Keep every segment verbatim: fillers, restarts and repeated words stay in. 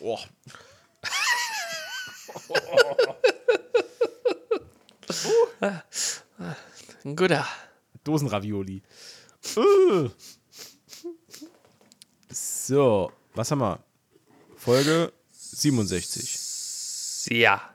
Oh. Ein guter. Dosenravioli. Uh. So, was haben wir? Folge siebenundsechzig. Ja.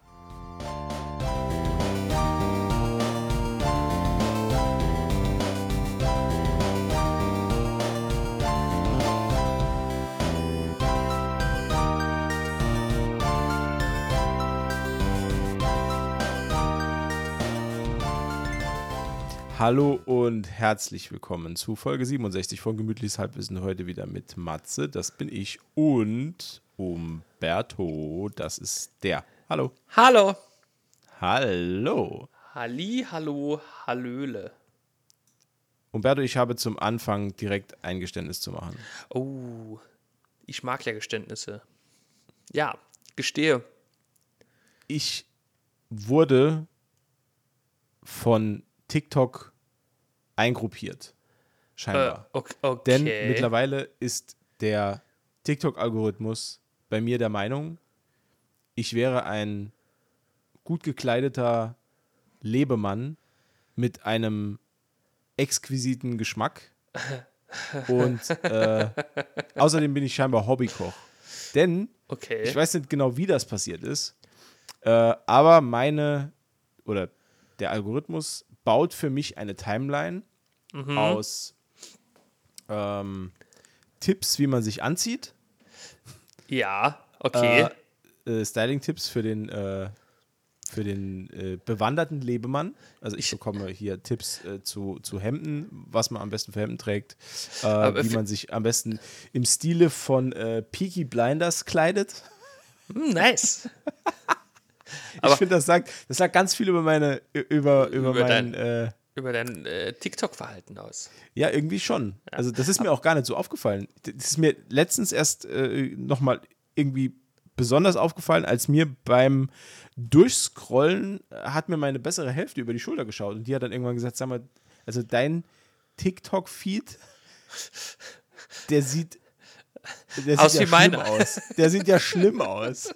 Hallo und herzlich willkommen zu Folge siebenundsechzig von Gemütliches Halbwissen. Heute wieder mit Matze, das bin ich, und Umberto, das ist der. Hallo. Hallo. Hallo. Halli, hallo, hallöle. Umberto, ich habe zum Anfang direkt ein Geständnis zu machen. Oh, ich mag ja Geständnisse. Ja, gestehe. Ich wurde von TikTok eingruppiert, scheinbar. Äh, okay, okay. Denn mittlerweile ist der TikTok-Algorithmus bei mir der Meinung, ich wäre ein gut gekleideter Lebemann mit einem exquisiten Geschmack und äh, außerdem bin ich scheinbar Hobbykoch. Denn, okay. ich weiß nicht genau, wie das passiert ist, äh, aber meine, oder der Algorithmus baut für mich eine Timeline mhm. aus ähm, Tipps, wie man sich anzieht. Ja, okay. Äh, äh, Styling-Tipps für den, äh, für den äh, bewanderten Lebemann. Also ich bekomme hier Tipps äh, zu, zu Hemden, was man am besten für Hemden trägt, äh, wie man sich am besten im Stile von äh, Peaky Blinders kleidet. Nice. Ich finde, das sagt, das sagt ganz viel über meine, über, über, über mein, dein, äh, über dein äh, TikTok-Verhalten aus. Ja, irgendwie schon. Ja. Also das ist mir auch gar nicht so aufgefallen. Das ist mir letztens erst äh, nochmal irgendwie besonders aufgefallen, als mir beim Durchscrollen hat mir meine bessere Hälfte über die Schulter geschaut und die hat dann irgendwann gesagt, sag mal, also dein TikTok-Feed, der sieht, der aus sieht ja wie schlimm meine. aus. Der sieht ja schlimm aus.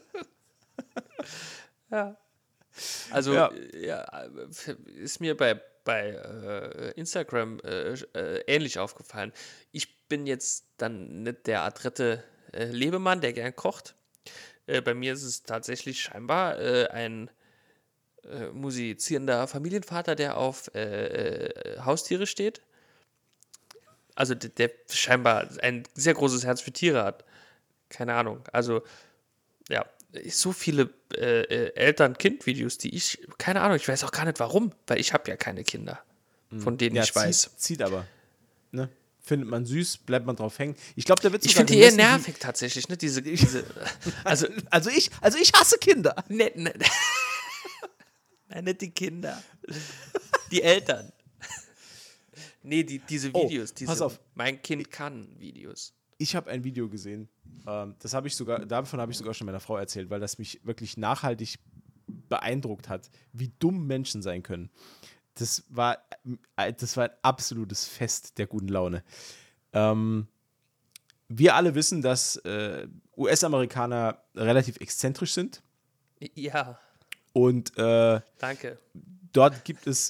Ja. Also, ja. ja, ist mir bei, bei äh, Instagram äh, äh, ähnlich aufgefallen. Ich bin jetzt dann nicht der adrette äh, Lebemann, der gern kocht. Äh, bei mir ist es tatsächlich scheinbar äh, ein äh, musizierender Familienvater, der auf äh, äh, Haustiere steht. Also, der, der scheinbar ein sehr großes Herz für Tiere hat. Keine Ahnung. Also, ja. So viele äh, äh, Eltern-Kind-Videos, die ich, keine Ahnung, ich weiß auch gar nicht warum, weil ich habe ja keine Kinder, von denen ja, ich weiß. Zieht, zieht aber, ne? Findet man süß, bleibt man drauf hängen. Ich glaube, da wird Ich finde die eher nervig tatsächlich, ne? Diese, diese, also, also, ich, also ich hasse Kinder. Ne, ne, Nein, nicht die Kinder. Die Eltern. Nee, die, diese Videos, oh, diese pass auf. Mein Kind kann Videos. Ich habe ein Video gesehen, ähm, das habe ich sogar, davon habe ich sogar schon meiner Frau erzählt, weil das mich wirklich nachhaltig beeindruckt hat, wie dumm Menschen sein können. Das war, das war ein absolutes Fest der guten Laune. Ähm, wir alle wissen, dass äh, U S-Amerikaner relativ exzentrisch sind. Ja. Und äh, danke. Dort gibt es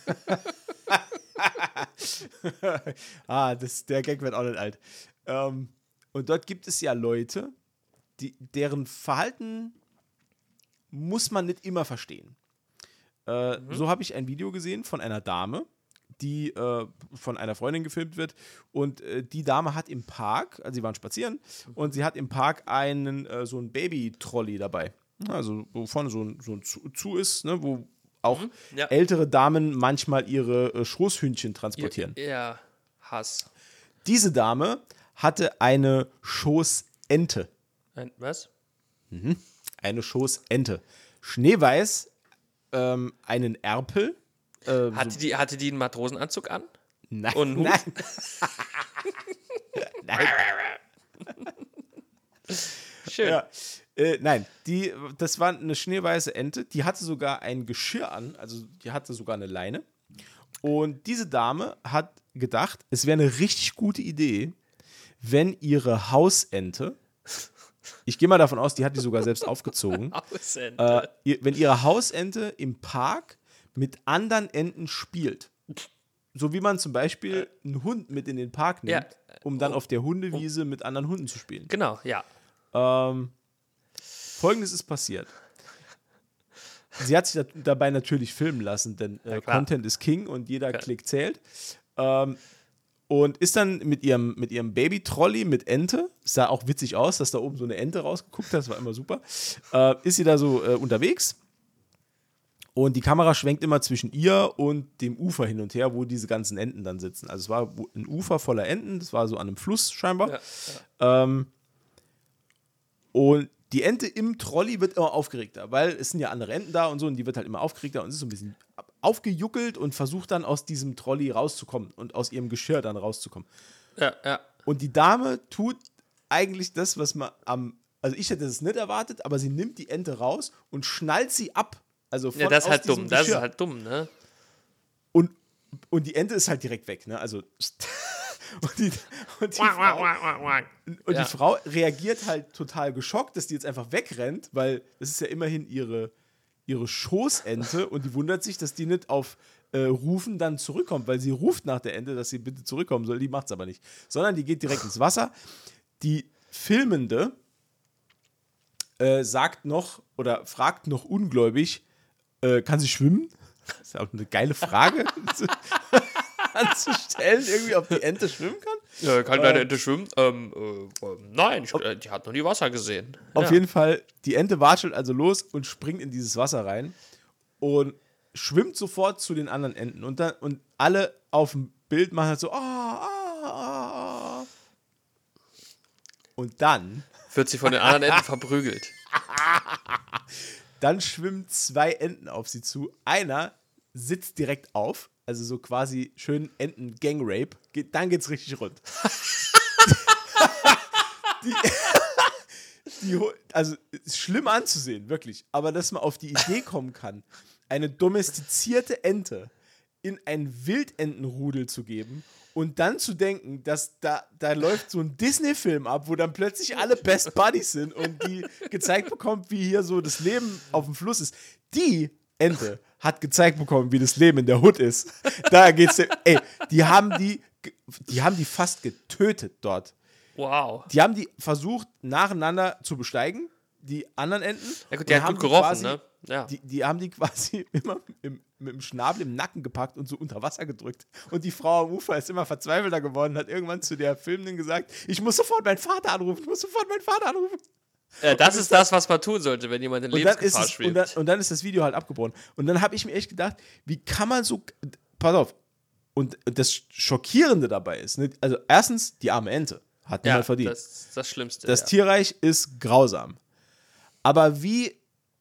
ah, das, der Gag wird auch nicht alt. Ähm, und dort gibt es ja Leute, die, deren Verhalten muss man nicht immer verstehen. Äh, mhm. So habe ich ein Video gesehen von einer Dame, die äh, von einer Freundin gefilmt wird. Und äh, die Dame hat im Park, also sie waren spazieren, mhm. und sie hat im Park einen äh, so ein Baby-Trolley dabei. Also wo vorne so ein, so ein zu, zu ist, ne, wo auch mhm, ja. ältere Damen manchmal ihre äh, Schoßhündchen transportieren. Ja, ja, Hass. Diese Dame hatte eine Schoßente. Ein, was? Mhm. Eine Schoßente. Schneeweiß, ähm, einen Erpel. Äh, hatte, so die, hatte die einen Matrosenanzug an? Nein. Und einen Hut? Nein. Nein. Schön. Ja. Äh, nein, die, das war eine schneeweiße Ente, die hatte sogar ein Geschirr an, also die hatte sogar eine Leine. Und diese Dame hat gedacht, es wäre eine richtig gute Idee, wenn ihre Hausente Ich gehe mal davon aus, die hat die sogar selbst aufgezogen. Hausente. Äh, ihr, wenn ihre Hausente im Park mit anderen Enten spielt. So wie man zum Beispiel einen Hund mit in den Park nimmt, Ja. um dann Oh. auf der Hundewiese mit anderen Hunden zu spielen. Genau, ja. Ähm, Folgendes ist passiert. Sie hat sich da, dabei natürlich filmen lassen, denn äh, Ja, klar. Content ist King und jeder Ja. Klick zählt. Ähm, und ist dann mit ihrem, mit ihrem Baby-Trolley mit Ente, sah auch witzig aus, dass da oben so eine Ente rausgeguckt hat, das war immer super, äh, ist sie da so äh, unterwegs und die Kamera schwenkt immer zwischen ihr und dem Ufer hin und her, wo diese ganzen Enten dann sitzen. Also es war ein Ufer voller Enten, das war so an einem Fluss scheinbar. Ja, Ähm, und die Ente im Trolley wird immer aufgeregter, weil es sind ja andere Enten da und so und die wird halt immer aufgeregter und ist so ein bisschen aufgejuckelt und versucht dann aus diesem Trolley rauszukommen und aus ihrem Geschirr dann rauszukommen. ja, ja. Und die Dame tut eigentlich das, was man am, also ich hätte es nicht erwartet, aber sie nimmt die Ente raus und schnallt sie ab. Also von Ja, das ist aus halt diesem dumm. Das ist Geschirr. halt dumm, ne? Und, und die Ente ist halt direkt weg, ne? Also und die, und die Frau, und Ja. die Frau reagiert halt total geschockt, dass die jetzt einfach wegrennt, weil das ist ja immerhin ihre, ihre Schoßente und die wundert sich, dass die nicht auf äh, Rufen dann zurückkommt, weil sie ruft nach der Ente, dass sie bitte zurückkommen soll, die macht's aber nicht. Sondern die geht direkt ins Wasser. Die Filmende äh, sagt noch oder fragt noch ungläubig, äh, kann sie schwimmen? Das ist ja auch eine geile Frage zu- anzustellen, irgendwie, ob die Ente schwimmen kann. Ja, kann deine Ente schwimmen? Ähm, äh, äh, nein, ich, äh, die hat noch nie Wasser gesehen. Auf ja. jeden Fall, die Ente watschelt also los und springt in dieses Wasser rein und schwimmt sofort zu den anderen Enten. Und, dann, und alle auf dem Bild machen halt so, ah, ah, ah, ah. Und dann, Wird sie von den anderen Enten verprügelt. dann schwimmen zwei Enten auf sie zu. Einer sitzt direkt auf, also so quasi schön Enten-Gang-Rape. Geht, dann geht's richtig rund. die, die, ho- also ist schlimm anzusehen, wirklich. Aber dass man auf die Idee kommen kann, eine domestizierte Ente in ein Wildentenrudel zu geben und dann zu denken, dass da, da läuft so ein Disney-Film ab, wo dann plötzlich alle Best Buddies sind und die gezeigt bekommt, wie hier so das Leben auf dem Fluss ist. Die Ente hat gezeigt bekommen, wie das Leben in der Hood ist. Da geht's, ey, die haben die, ge- die haben die fast getötet dort. Wow. Die haben die versucht, nacheinander zu besteigen, die anderen Enten. Ja gut, und die hat haben gut gerochen, quasi, ne? Ja. Die, die haben die quasi immer im, mit dem Schnabel im Nacken gepackt und so unter Wasser gedrückt. Und die Frau am Ufer ist immer verzweifelter geworden, hat irgendwann zu der Filmenden gesagt, ich muss sofort meinen Vater anrufen, ich muss sofort meinen Vater anrufen. Äh, das ist das, was man tun sollte, wenn jemand in Und dann, ist Lebensgefahr es, und, schwebt. dann, und dann ist das Video halt abgebrochen. Und dann habe ich mir echt gedacht, wie kann man so, pass auf, und das Schockierende dabei ist, ne? Also erstens, die arme Ente hat ja, niemand verdient. das ist das Schlimmste. Das ja. Tierreich ist grausam. Aber wie,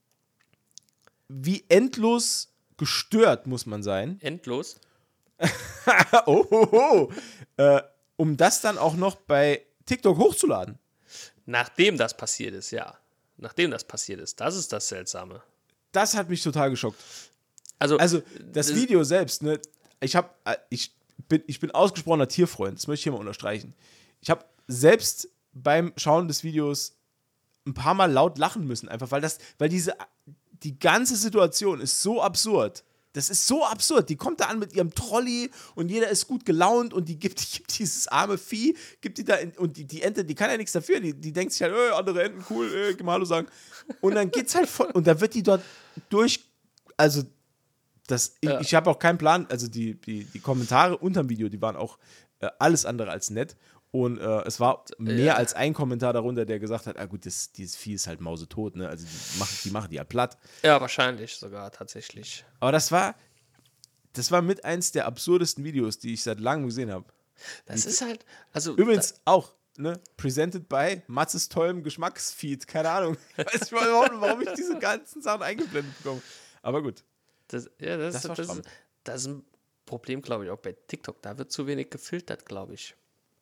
wie endlos gestört muss man sein, Endlos. oh, oh, oh, äh, um das dann auch noch bei TikTok hochzuladen. Nachdem das passiert ist, ja. Nachdem das passiert ist. Das ist das Seltsame. Das hat mich total geschockt. Also, Also das das- Video selbst, ne, ich habe, ich bin, ich bin ausgesprochener Tierfreund, das möchte ich hier mal unterstreichen. Ich habe selbst beim Schauen des Videos ein paar Mal laut lachen müssen, einfach weil das, weil diese, die ganze Situation ist so absurd. Das ist so absurd. Die kommt da an mit ihrem Trolley und jeder ist gut gelaunt und die gibt, die gibt dieses arme Vieh, gibt die da in, und die, die Ente, die kann ja nichts dafür. Die, die denkt sich halt, äh, andere Enten, cool, äh, geh mal Hallo sagen. Und dann geht's halt voll, und da wird die dort durch, also das, ich, Ja. ich habe auch keinen Plan, also die, die, die Kommentare unterm Video, die waren auch äh, alles andere als nett. Und äh, es war mehr Ja. als ein Kommentar darunter, der gesagt hat, ah gut, das, dieses Vieh ist halt mausetot, ne? Also die machen die, machen die halt platt. ja, wahrscheinlich sogar tatsächlich. Aber das war, das war mit eins der absurdesten Videos, die ich seit langem gesehen habe. Das ist halt, also Übrigens auch, ne? Presented by Matzes tollem Geschmacksfeed, keine Ahnung. Ich weiß nicht mal, warum, warum ich diese ganzen Sachen eingeblendet bekomme. Aber gut. Das, ja, das, Das war das, stramm. ist, das ist ein Problem, glaube ich, auch bei TikTok. Da wird zu wenig gefiltert, glaube ich.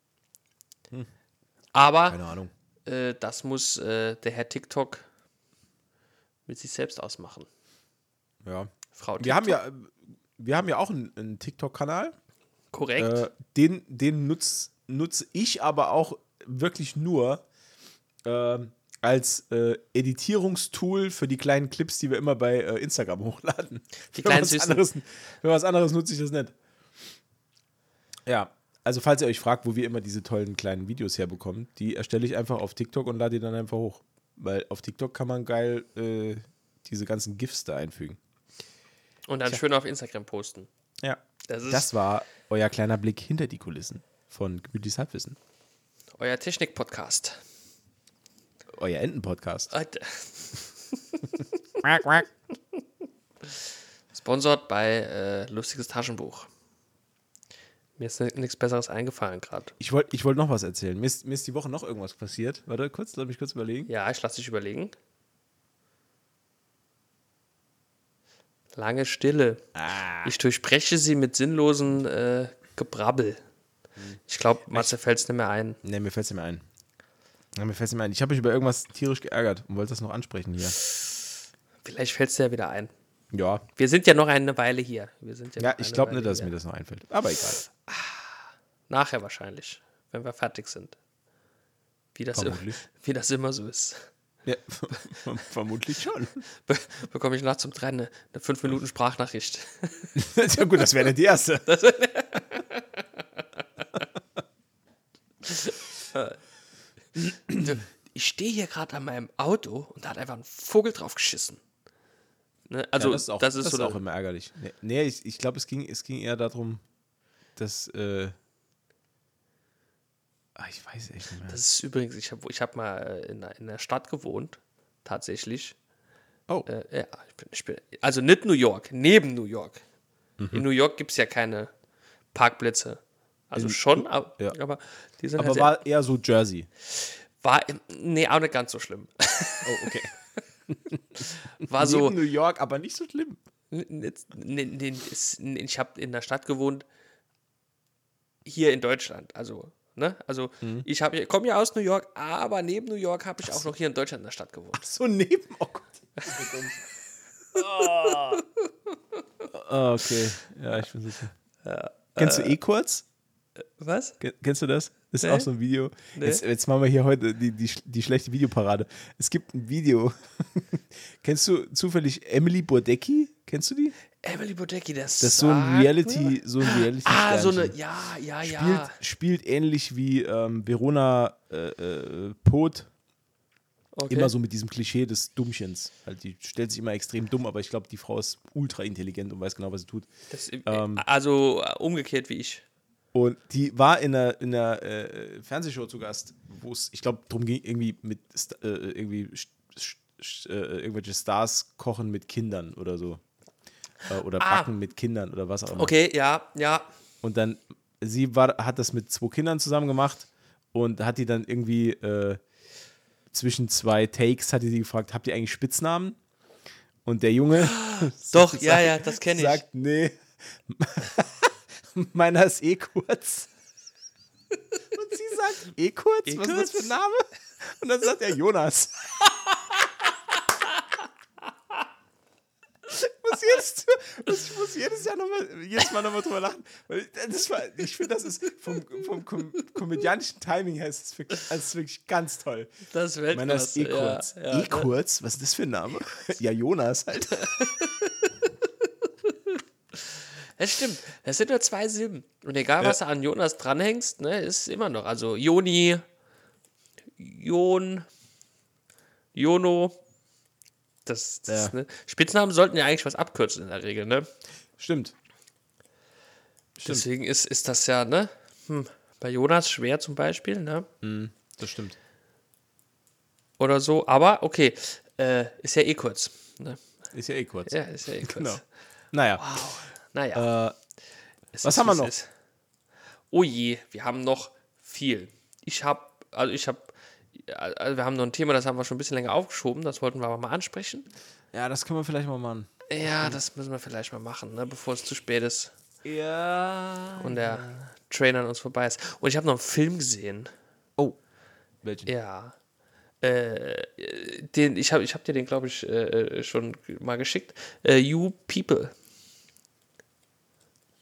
Aber Keine Ahnung. äh, das muss äh, der Herr TikTok mit sich selbst ausmachen. Ja. Frau TikTok. Wir haben ja, wir haben ja auch einen, einen TikTok-Kanal. Korrekt. Äh, den den nutze nutz ich aber auch wirklich nur, ähm, als äh, Editierungstool für die kleinen Clips, die wir immer bei äh, Instagram hochladen. Die Für kleinen was, Süßen. anderes, für was anderes nutze ich das nicht. Ja, also falls ihr euch fragt, wo wir immer diese tollen kleinen Videos herbekommen, die erstelle ich einfach auf TikTok und lade die dann einfach hoch. Weil auf TikTok kann man geil äh, diese ganzen GIFs da einfügen. Und dann schön auf Instagram posten. Ja. Das ist Das war euer kleiner Blick hinter die Kulissen von Gemütliches Halbwissen. euer Technik-Podcast. Euer Enten-Podcast. Alter. Sponsored bei äh, Lustiges Taschenbuch. Mir ist nichts Besseres eingefallen gerade. Ich wollte ich wollt noch was erzählen. Mir ist, mir ist die Woche noch irgendwas passiert. Warte, kurz, lass mich kurz überlegen. Ja, ich lasse dich überlegen. Lange Stille. Ah. Ich durchbreche sie mit sinnlosen äh, Gebrabbel. Ich glaube, Matze fällt es nicht mehr ein. Ne, mir fällt es nicht mehr ein. Ja, mir fällt's nicht mehr ein. Ich habe mich über irgendwas tierisch geärgert und wollte das noch ansprechen hier. Vielleicht fällt es dir ja wieder ein. Ja, Wir sind ja noch eine Weile hier. Wir sind ja, ja noch ich eine glaube Weile nicht, dass hier. mir das noch einfällt. Aber egal. Nachher wahrscheinlich, wenn wir fertig sind. Wie das, im, Vermutlich. wie das immer so ist. Ja, vermutlich schon. Be bekomme ich nach zum drei eine, eine fünf Minuten Sprachnachricht. Ja gut, das wäre nicht die erste. Ich stehe hier gerade an meinem Auto und da hat einfach ein Vogel drauf geschissen. Ne? Also, Ja, das ist auch, das ist das so ist auch eine- immer ärgerlich. Nee, nee ich, ich glaube, es ging, es ging eher darum, dass, äh, ah, ich weiß echt nicht mehr. Das ist übrigens, ich habe ich hab mal äh, in, einer- in der Stadt gewohnt, tatsächlich. Oh, Äh, ja, ich bin, ich bin, also nicht New York, neben New York. In New York gibt es ja keine Parkplätze. Also In- schon, aber, ja. aber die sind aber halt sehr, war eher so Jersey. war, nee, auch nicht ganz so schlimm. Oh, okay. War so, Neben New York, aber nicht so schlimm. Nicht- nee, nee, ist- nee, ich habe in der Stadt gewohnt, hier in Deutschland. Also, ne? Also, ich, hab- ich komme ja aus New York, aber neben New York habe ich auch noch hier in Deutschland in der Stadt gewohnt. So neben, oh Gott. oh. Ah, okay, ja, ich finde es. Kennst du eh kurz? Was? Kennst du das? Das ist Nee. auch so ein Video. Nee. Jetzt, jetzt machen wir hier heute die, die, die schlechte Videoparade. Es gibt ein Video. Kennst du zufällig Emily Burdecki? Kennst du die? Emily Bodecki, das, Das ist so ein sagt Reality, mir- so ein Reality Ah, so eine, Sternchen. ja, ja, Spielt, ja. spielt ähnlich wie ähm, Verona äh, äh, Poth. Okay. Immer so mit diesem Klischee des Dummchens. Halt, die stellt sich immer extrem dumm, aber ich glaube, die Frau ist ultra intelligent und weiß genau, was sie tut. Das, äh, ähm, also äh, umgekehrt wie ich. Und die war in einer, in einer äh, Fernsehshow zu Gast, wo es, ich glaube, darum ging, irgendwie mit St- äh, irgendwie sch- sch- sch- äh, irgendwelche Stars kochen mit Kindern oder so. Äh, oder Ah. backen mit Kindern oder was auch immer. Okay, ja, ja. Und dann, sie war, hat das mit zwei Kindern zusammen gemacht und hat die dann irgendwie äh, zwischen zwei Takes, hat die sie gefragt, habt ihr eigentlich Spitznamen? Und der Junge Doch, sagt- ja, ja, das kenne ich. sagt, nee, meiner ist eh kurz. Und sie sagt, eh kurz? Eh Was ist das für kurz? ein Name? Und dann sagt er Jonas. Ich muss jedes, ich muss jedes Jahr nochmal, jedes Mal nochmal drüber lachen. Weil das war, ich finde, das ist vom, vom kom komödiantischen Timing her ist es wirklich, also es ist wirklich ganz toll. Das ist Meiner ist eh Weltklasse, kurz. Ja, ja, eh kurz? Was ist das für ein Name? Ja, Jonas halt. Das stimmt. Das sind nur zwei Silben. Und egal, was du an Jonas dranhängst, ne, ist immer noch. Also Joni, Jon, Jono. Das, das Ja. ne? Spitznamen sollten ja eigentlich was abkürzen in der Regel, ne? Stimmt. Stimmt. Deswegen ist, ist das ja, ne? Hm, bei Jonas schwer zum Beispiel, ne? Das stimmt. Oder so. Aber okay, äh, ist ja eh kurz. Ne? Ist ja eh kurz. Ja, ist ja eh kurz. Genau. Naja. Naja. Äh, Es was ist, haben wir wie es noch? ist. Oh je, wir haben noch viel. Ich habe, also ich habe, also wir haben noch ein Thema, das haben wir schon ein bisschen länger aufgeschoben, das wollten wir aber mal ansprechen. ja, das können wir vielleicht mal machen. Ja, das müssen wir vielleicht mal machen, ne, bevor es zu spät ist Ja. und der Train an uns vorbei ist. Und ich habe noch einen Film gesehen. Oh. Welchen? Ja. Äh, den, ich habe ich hab dir den, glaube ich, äh, schon mal geschickt. Äh, You People.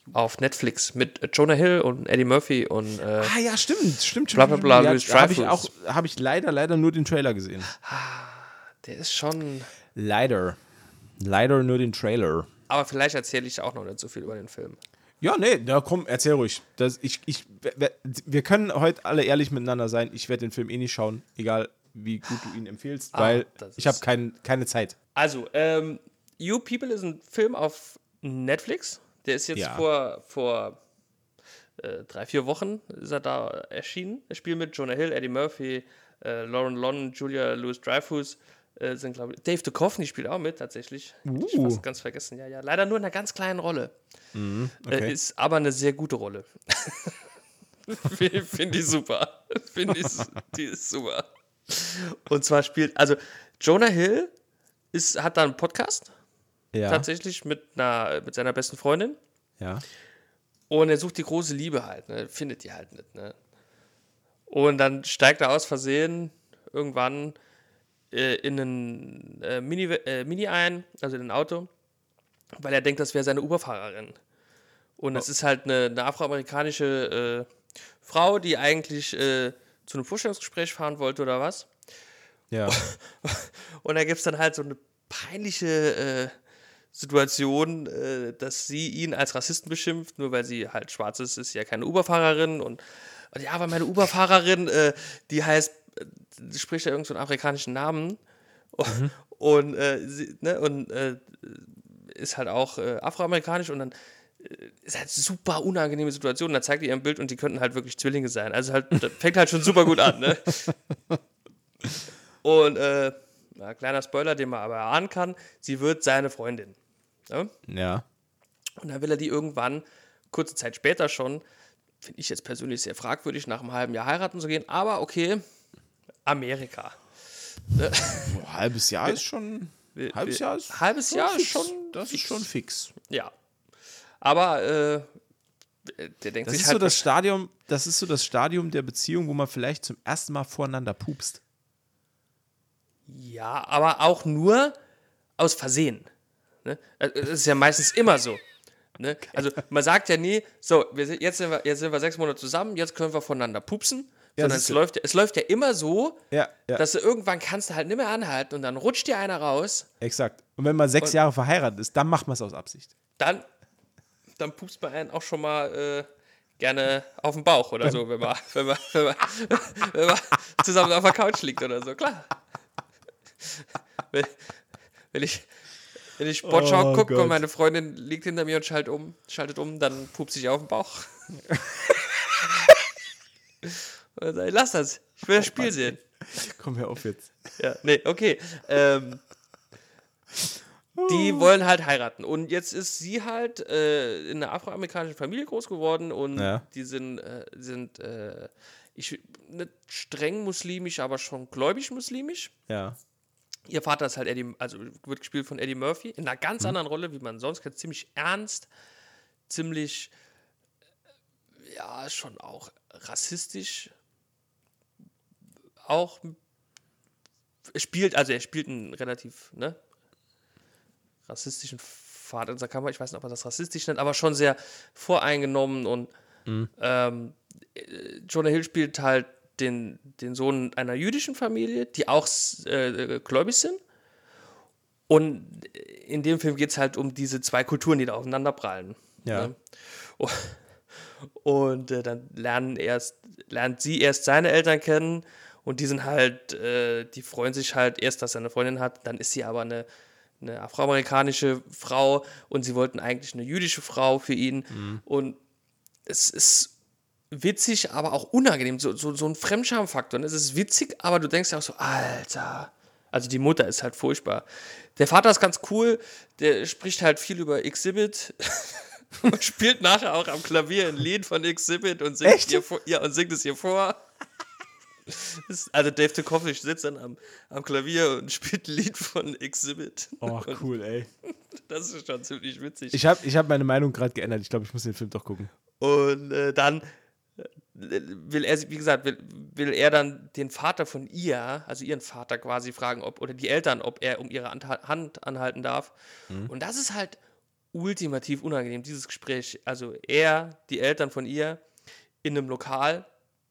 auf Netflix mit Jonah Hill und Eddie Murphy und äh, Ah ja, stimmt, stimmt, bla bla bla, ja, Louis habe ich Dreyfus. auch, habe ich leider, leider nur den Trailer gesehen. Der ist schon. Leider. Leider nur den Trailer. Aber vielleicht erzähle ich auch noch nicht so viel über den Film. Ja, nee, da komm, erzähl ruhig. Das, ich, ich, wir, wir können heute alle ehrlich miteinander sein. Ich werde den Film eh nicht schauen, egal wie gut du ihn empfiehlst, Ah, weil das ich habe ist- kein, keine Zeit. Also, ähm, You People ist ein Film auf Netflix. Der ist jetzt Ja. vor, vor äh, drei, vier Wochen ist er da erschienen. Er spielt mit Jonah Hill, Eddie Murphy, äh, Lauren London, Julia Louis-Dreyfus. Äh, sind, glaube ich, Dave Duchovny spielt auch mit, tatsächlich. Hätte ich Uh. fast ganz vergessen. Ja, ja. Leider nur in einer ganz kleinen Rolle. Okay. Äh, ist aber eine sehr gute Rolle. Finde find ich super. Finde ich, die ist super. Und zwar spielt, also Jonah Hill ist, hat da einen Podcast, ja. tatsächlich mit, einer, mit seiner besten Freundin. Ja. Und er sucht die große Liebe halt, ne? Findet die halt nicht. Ne? Und dann steigt er aus Versehen irgendwann äh, in ein äh, Mini, äh, Mini ein, also in ein Auto, weil er denkt, das wäre seine Uberfahrerin. Und das ist halt eine, eine afroamerikanische äh, Frau, die eigentlich äh, zu einem Vorstellungsgespräch fahren wollte oder was. Ja. Und da gibt es dann halt so eine peinliche äh, Situation, äh, dass sie ihn als Rassisten beschimpft, nur weil sie halt schwarz ist, ist sie ja keine Uberfahrerin. Und, und ja, aber meine Uberfahrerin, äh, die heißt, äh, die spricht ja irgendeinen so einen afrikanischen Namen. Mhm. Und, äh, sie, ne, und äh, ist halt auch äh, afroamerikanisch und dann äh, ist halt super unangenehme Situation. Und dann zeigt ihr ein Bild und die könnten halt wirklich Zwillinge sein. Also halt, das fängt halt schon super gut an, ne? Und äh, na, kleiner Spoiler, den man aber erahnen kann, sie wird seine Freundin. Ne? Ja. Und dann will er die irgendwann, kurze Zeit später schon, finde ich jetzt persönlich sehr fragwürdig, nach einem halben Jahr heiraten zu gehen, aber okay, Amerika. Boah, halbes Jahr ist schon. Wir- Halbes wir- Jahr ist. halbes Jahr ist fix. schon Das ist schon fix. Ja. Aber äh, der denkt Das sich ist halt so das Stadium, das ist so das Stadium der Beziehung, wo man vielleicht zum ersten Mal voreinander pupst. ja, aber auch nur aus Versehen. Ne? Das ist ja meistens immer so. Ne? Also man sagt ja nie, so, wir sind, jetzt, sind wir, jetzt sind wir sechs Monate zusammen, jetzt können wir voneinander pupsen. Ja, Sondern es siehste. läuft, es läuft ja immer so, Ja, ja. dass du irgendwann kannst du halt nicht mehr anhalten und dann rutscht dir einer raus, Exakt. Und wenn man sechs Und- Jahre verheiratet ist, dann macht man es aus Absicht. dann, dann pupst man einen auch schon mal äh, gerne auf den Bauch oder so, wenn man, wenn, man, wenn, man, wenn man zusammen auf der Couch liegt oder so, klar. Wenn, wenn ich, wenn ich Sportschau Oh gucke Gott. und meine Freundin liegt hinter mir und schaltet um, schaltet um, dann pupst ich auf den Bauch. Und dann sag ich, lass das, ich will das Spiel sehen. Komm, hör auf jetzt. Ja, nee, okay. Ähm, die wollen halt heiraten. Und jetzt ist sie halt äh, in einer afroamerikanischen Familie groß geworden und Ja. die sind, äh, sind äh, ich, nicht streng muslimisch, aber schon gläubig muslimisch. Ja. Ihr Vater ist halt Eddie, also wird gespielt von Eddie Murphy, in einer ganz anderen Rolle, wie man sonst kennt. Ziemlich ernst, ziemlich, äh, ja, schon auch rassistisch. Auch er spielt, also er spielt einen relativ, ne, rassistischen Vater in seiner Kammer. Ich weiß nicht, ob man das rassistisch nennt, aber schon sehr voreingenommen und ähm, äh, Jonah Hill spielt halt den, den Sohn einer jüdischen Familie, die auch äh, gläubig sind. Und in dem Film geht es halt um diese zwei Kulturen, die da aufeinanderprallen. Ja. Ne? Und, und äh, dann lernen erst, lernt sie erst seine Eltern kennen und die sind halt, äh, die freuen sich halt erst, dass er eine Freundin hat, dann ist sie aber eine, eine afroamerikanische Frau und sie wollten eigentlich eine jüdische Frau für ihn. Und es ist witzig, aber auch unangenehm, so, so, so ein Fremdschamfaktor. Es ist witzig, aber du denkst ja auch so, Alter. Also die Mutter ist halt furchtbar. Der Vater ist ganz cool, der spricht halt viel über Exhibit und spielt nachher auch am Klavier ein Lied von Exhibit und singt, Echt? ihr vor, ja, und singt es ihr vor. Das, also Dave Duchovny sitzt dann am, am Klavier und spielt ein Lied von Exhibit. Oh, Und cool, ey. das ist schon ziemlich witzig. Ich habe ich hab meine Meinung gerade geändert. Ich glaube, ich muss den Film doch gucken. Und äh, dann äh, will er, wie gesagt, will, will er dann den Vater von ihr, also ihren Vater quasi fragen, ob, oder die Eltern, ob er um ihre Anta- Hand anhalten darf. Und das ist halt ultimativ unangenehm, dieses Gespräch. Also er, die Eltern von ihr, in einem Lokal.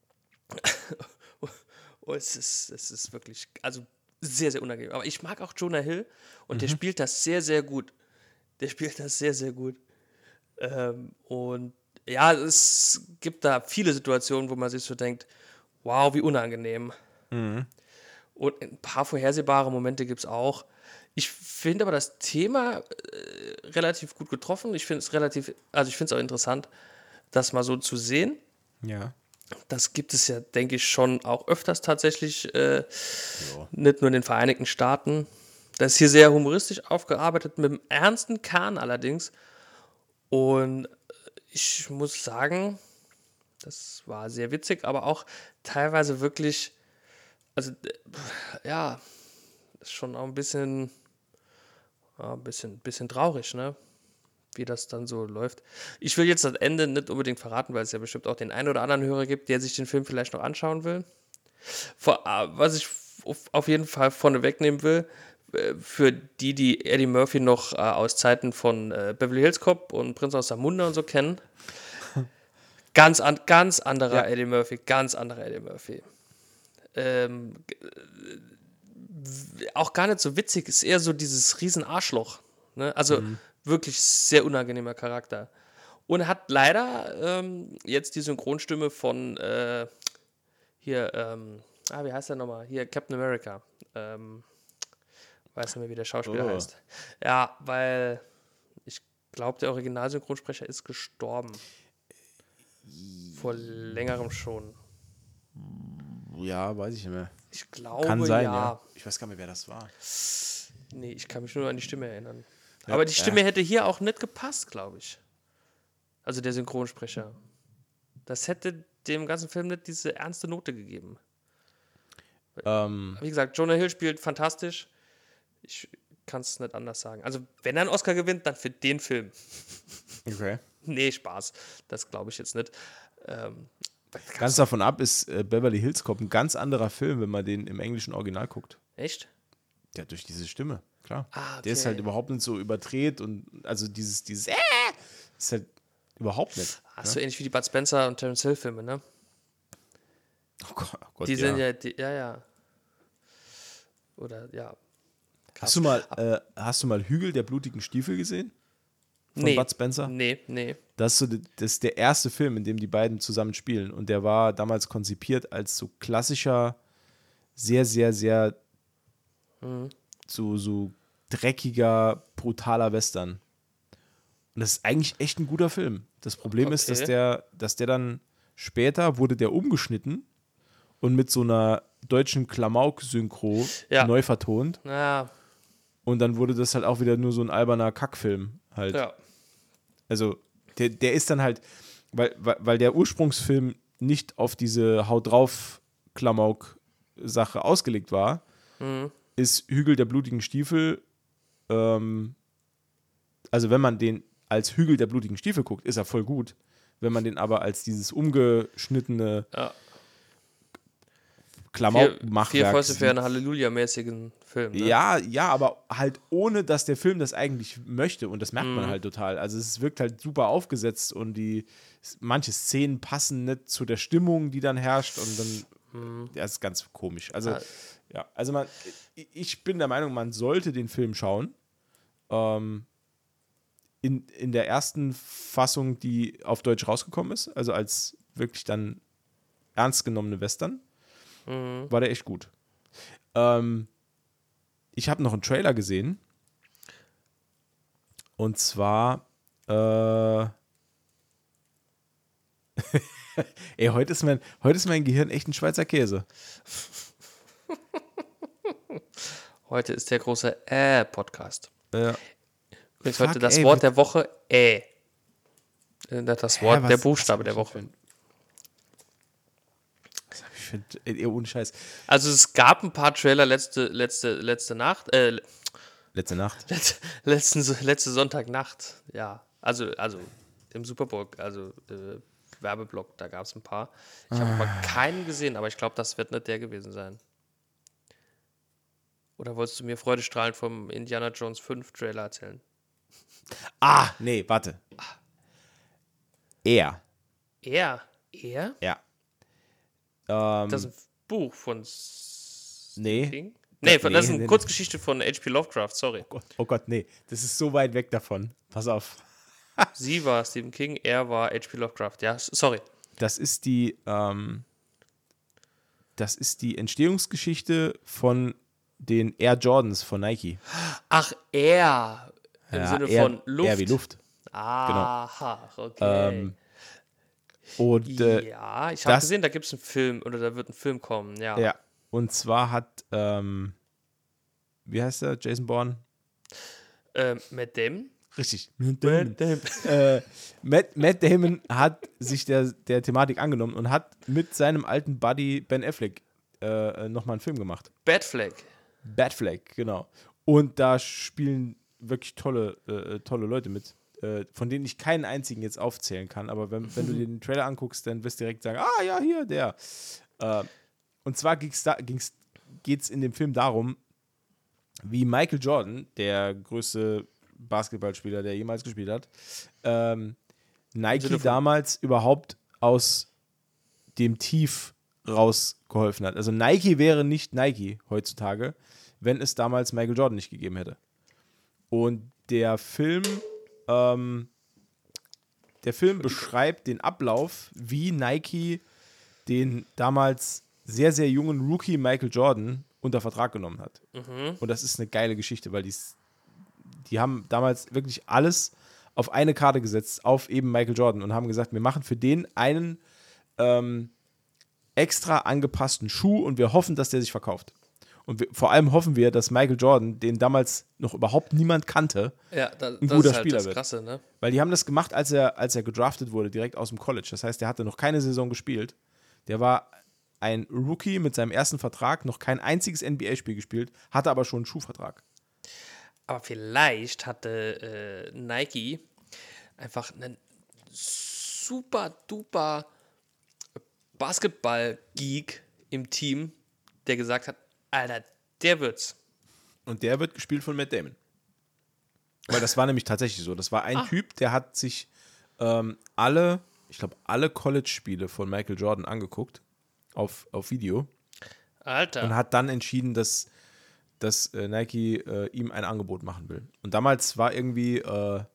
Oh, es ist, es ist wirklich, also sehr, sehr unangenehm. Aber ich mag auch Jonah Hill und der spielt das sehr, sehr gut. Der spielt das sehr, sehr gut. Ähm, und ja, es gibt da viele Situationen, wo man sich so denkt, wow, wie unangenehm. Mhm. Und ein paar vorhersehbare Momente gibt es auch. Ich finde aber das Thema äh, relativ gut getroffen. Ich finde es relativ, also ich finde es auch interessant, das mal so zu sehen. Ja. Das gibt es ja, denke ich, schon auch öfters tatsächlich, äh, Ja. nicht nur in den Vereinigten Staaten. Das ist hier sehr humoristisch aufgearbeitet, mit einem ernsten Kern allerdings. Und ich muss sagen, das war sehr witzig, aber auch teilweise wirklich, also äh, ja, ist schon auch ein bisschen, ja, ein bisschen, bisschen traurig, ne? Wie das dann so läuft. Ich will jetzt das Ende nicht unbedingt verraten, weil es ja bestimmt auch den einen oder anderen Hörer gibt, der sich den Film vielleicht noch anschauen will. Vor, was ich auf, auf jeden Fall vorne wegnehmen will, äh, für die, die Eddie Murphy noch äh, aus Zeiten von äh, Beverly Hills Cop und Prinz aus Zamunda und so kennen, ganz, an, ganz anderer Ja. Eddie Murphy, ganz anderer Eddie Murphy. Ähm, auch gar nicht so witzig, ist eher so dieses Riesen-Arschloch. Ne? Also Mhm. wirklich sehr unangenehmer Charakter. Und er hat leider ähm, jetzt die Synchronstimme von äh, hier, ähm, ah, wie heißt der nochmal? Hier, Captain America. Ähm, weiß nicht mehr, wie der Schauspieler Oh. heißt. Ja, weil ich glaube, der Originalsynchronsprecher ist gestorben. Vor längerem schon. Ja, weiß ich nicht mehr. Ich glaube, Kann sein, ja. ja. Ich weiß gar nicht mehr, wer das war. Nee, ich kann mich nur an die Stimme erinnern. Ja, Aber die Stimme ja. hätte hier auch nicht gepasst, glaube ich. Also der Synchronsprecher. Das hätte dem ganzen Film nicht diese ernste Note gegeben. Ähm, Wie gesagt, Jonah Hill spielt fantastisch. Ich kann es nicht anders sagen. Also, wenn er einen Oscar gewinnt, dann für den Film. okay. Nee, Spaß. Das glaube ich jetzt nicht. Ähm, Ganz davon ab ist äh, Beverly Hills Cop ein ganz anderer Film, wenn man den im englischen Original guckt. echt? Ja, durch diese Stimme, klar. Ah, Der ist halt okay. überhaupt nicht so überdreht und also dieses, dieses äh, ist halt überhaupt nicht. Ah, so ähnlich wie die Bud Spencer und Terence Hill Filme, ne? Oh Gott, oh Gott, Die ja. sind ja, die, ja, ja. Oder, ja. Hast du mal, äh, hast du mal Hügel der blutigen Stiefel gesehen? Von Nee. Bud Spencer? Nee, nee. Das ist, so, das ist der erste Film, in dem die beiden zusammen spielen. Und der war damals konzipiert als so klassischer, sehr, sehr, sehr Mhm. so, so dreckiger, brutaler Western. Und das ist eigentlich echt ein guter Film. Das Problem ist, dass Okay. der, dass der dann später wurde der umgeschnitten und mit so einer deutschen Klamauk-Synchro Ja. neu vertont. Ja, Und dann wurde das halt auch wieder nur so ein alberner Kackfilm halt. ja. Also der, der ist dann halt, weil, weil, weil der Ursprungsfilm nicht auf diese Haut drauf Klamauk-Sache ausgelegt war, Mhm. ist Hügel der blutigen Stiefel, ähm, also wenn man den als Hügel der blutigen Stiefel guckt, ist er voll gut. Wenn man den aber als dieses umgeschnittene Ja. Vier, Klamauk-Machwerk vier Fäuste sieht. für einen Halleluja-mäßigen Film, ne? Ja, ja, aber halt ohne, dass der Film das eigentlich möchte und das merkt man Mhm. halt total. Also es wirkt halt super aufgesetzt und die manche Szenen passen nicht zu der Stimmung, die dann herrscht und dann Mhm. ja, ist ganz komisch. Also Ah. ja, also man, ich bin der Meinung, man sollte den Film schauen. Ähm, in, in der ersten Fassung, die auf Deutsch rausgekommen ist, also als wirklich dann ernst genommene Western, Mhm. war der echt gut. Ähm, ich habe noch einen Trailer gesehen. Und zwar, äh, ey, heute ist, mein, heute ist mein Gehirn echt ein Schweizer Käse. Heute ist der große Äh-Podcast. Äh, Übrigens fuck, heute das ey, Wort wir- der Woche Äh. Äh, nicht Das hä, Wort, was- der was Buchstabe hab der ich denn Woche. für ein- Was hab ich für ein, ey, ohne Scheiß. Also es gab ein paar Trailer letzte, letzte, letzte Nacht, äh, Letzte Nacht. letzte, letzten, letzte Sonntagnacht, ja. Also, also im Super Bowl, also äh, Werbeblock, da gab es ein paar. Ich habe aber keinen gesehen, aber ich glaube, das wird nicht der gewesen sein. Oder wolltest du mir freudestrahlend vom Indiana Jones fünf Trailer erzählen? Ah, nee, warte. Er. Er. Er? Ja. Ähm, Das ist ein Buch von Stephen nee. King? Nee, von, Nee, das ist eine nee, nee. Kurzgeschichte von H P Lovecraft, sorry. Oh Gott, oh Gott, nee. Das ist so weit weg davon. Pass auf. Sie war Stephen King, er war H P Lovecraft. Ja, s- sorry. Das ist die, ähm, das ist die Entstehungsgeschichte von den Air Jordans von Nike. Ach, er. Im Ja, Sinne Air, von Luft. Air wie Luft. Aha, okay. Ähm, und äh, ja, ich habe das- gesehen, da gibt es einen Film, oder da wird ein Film kommen, ja. ja, und zwar hat, ähm, wie heißt er, Jason Bourne? Ähm, mit dem? Richtig. äh, Matt, Matt Damon hat sich der, der Thematik angenommen und hat mit seinem alten Buddy Ben Affleck äh, nochmal einen Film gemacht. Batfleck. Batfleck, genau. Und da spielen wirklich tolle, äh, tolle Leute mit, äh, von denen ich keinen einzigen jetzt aufzählen kann. Aber wenn, wenn du dir den Trailer anguckst, dann wirst du direkt sagen, ah ja, hier, der. Äh, und zwar ging's da, ging's, geht's in dem Film darum, wie Michael Jordan, der größte Basketballspieler, der jemals gespielt hat, ähm, Nike Sinne von- damals überhaupt aus dem Tief rausgeholfen hat. Also Nike wäre nicht Nike heutzutage, wenn es damals Michael Jordan nicht gegeben hätte. Und der Film, ähm, der Film beschreibt den Ablauf, wie Nike den damals sehr, sehr jungen Rookie Michael Jordan unter Vertrag genommen hat. Mhm. Und das ist eine geile Geschichte, weil die's, die haben damals wirklich alles auf eine Karte gesetzt, auf eben Michael Jordan und haben gesagt, wir machen für den einen ähm, extra angepassten Schuh und wir hoffen, dass der sich verkauft. Und wir, vor allem hoffen wir, dass Michael Jordan, den damals noch überhaupt niemand kannte, Ja, da, ein das guter ist halt Spieler das wird. Krasse, ne? Weil die haben das gemacht, als er, als er gedraftet wurde, direkt aus dem College. Das heißt, der hatte noch keine Saison gespielt. Der war ein Rookie mit seinem ersten Vertrag, noch kein einziges N B A-Spiel gespielt, hatte aber schon einen Schuhvertrag. Aber vielleicht hatte äh, Nike einfach einen super duper Basketball-Geek im Team, der gesagt hat, Alter, der wird's. Und der wird gespielt von Matt Damon. Weil das war nämlich tatsächlich so. Das war ein Ah. Typ, der hat sich ähm, alle, ich glaube, alle College-Spiele von Michael Jordan angeguckt auf, auf Video Alter. und hat dann entschieden, dass, dass äh, Nike äh, ihm ein Angebot machen will. Und damals war irgendwie äh,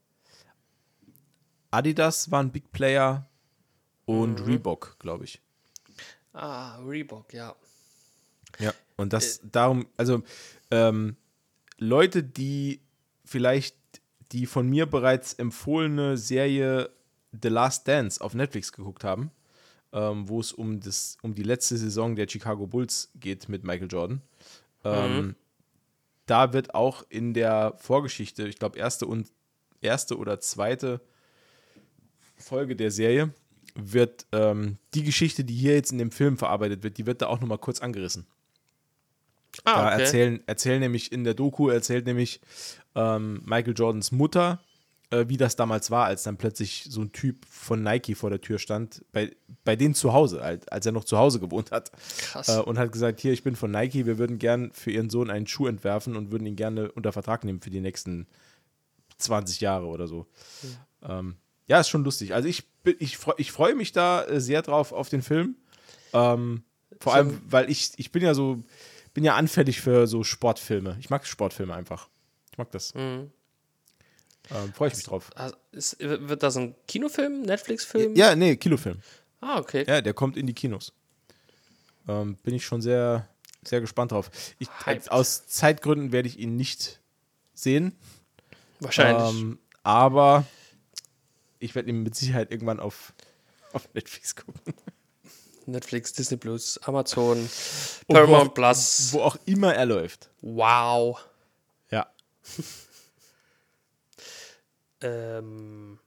Adidas war ein Big Player und Reebok, glaube ich. Ah, Reebok, ja. Ja. Und das darum, also ähm, Leute, die vielleicht die von mir bereits empfohlene Serie The Last Dance auf Netflix geguckt haben, ähm, wo es um, das, um die letzte Saison der Chicago Bulls geht mit Michael Jordan. Ähm, Mhm. Da wird auch in der Vorgeschichte, ich glaube erste und erste oder zweite Folge der Serie, wird ähm, die Geschichte, die hier jetzt in dem Film verarbeitet wird, die wird da auch nochmal kurz angerissen. Ah, Da okay. erzählen, erzählen nämlich in der Doku, erzählt nämlich ähm, Michael Jordans Mutter, äh, wie das damals war, als dann plötzlich so ein Typ von Nike vor der Tür stand, bei, bei denen zu Hause, halt, als er noch zu Hause gewohnt hat. Krass. Äh, und hat gesagt, hier, ich bin von Nike, wir würden gern für ihren Sohn einen Schuh entwerfen und würden ihn gerne unter Vertrag nehmen für die nächsten zwanzig Jahre oder so. Ähm, ja, ist schon lustig. Also ich, bin- ich, freu, ich freue mich da äh, sehr drauf auf den Film. Ähm, vor So- allem, weil ich, ich bin ja so, bin ja anfällig für so Sportfilme. Ich mag Sportfilme einfach. Ich mag das. Mhm. Ähm, freue ich mich drauf. Ah, ist, wird das ein Kinofilm, Netflix-Film? Ja, nee, Kinofilm. Ah, okay. Ja, der kommt in die Kinos. Ähm, bin ich schon sehr, sehr gespannt drauf. Ich, Hyped. aus Zeitgründen werde ich ihn nicht sehen. Wahrscheinlich. Ähm, aber ich werde ihn mit Sicherheit irgendwann auf, auf Netflix gucken. Netflix, Disney Plus, Amazon, Und wo Paramount auch, Plus. Wo auch immer er läuft. Wow. Ja. Ähm.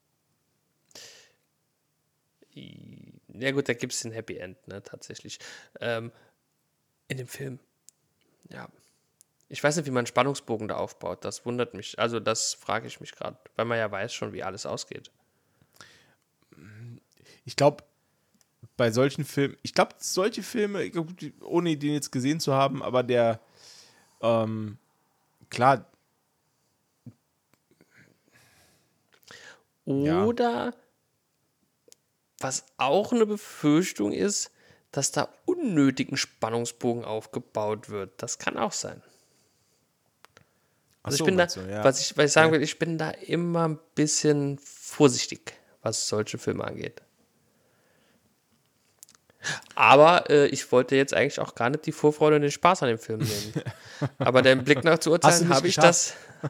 i- Ja gut, da gibt es ein Happy End, ne, tatsächlich. Ähm, in dem Film. Ja. Ich weiß nicht, wie man einen Spannungsbogen da aufbaut. Das wundert mich. Also das frage ich mich gerade, weil man ja weiß schon, wie alles ausgeht. Ich glaube, bei solchen Filmen, ich glaube, solche Filme, ich glaub, die- ohne den jetzt gesehen zu haben, aber der, ähm, klar, Oder, was auch eine Befürchtung ist, dass da unnötigen Spannungsbogen aufgebaut wird. Das kann auch sein. Also Ach so, ich bin da, meinst du, ja. was ich, was ich sagen Ja. will, ich bin da immer ein bisschen vorsichtig, was solche Filme angeht. Aber äh, ich wollte jetzt eigentlich auch gar nicht die Vorfreude und den Spaß an dem Film nehmen. Aber dem Blick nach zu Hast du urteilen nicht habe ich das.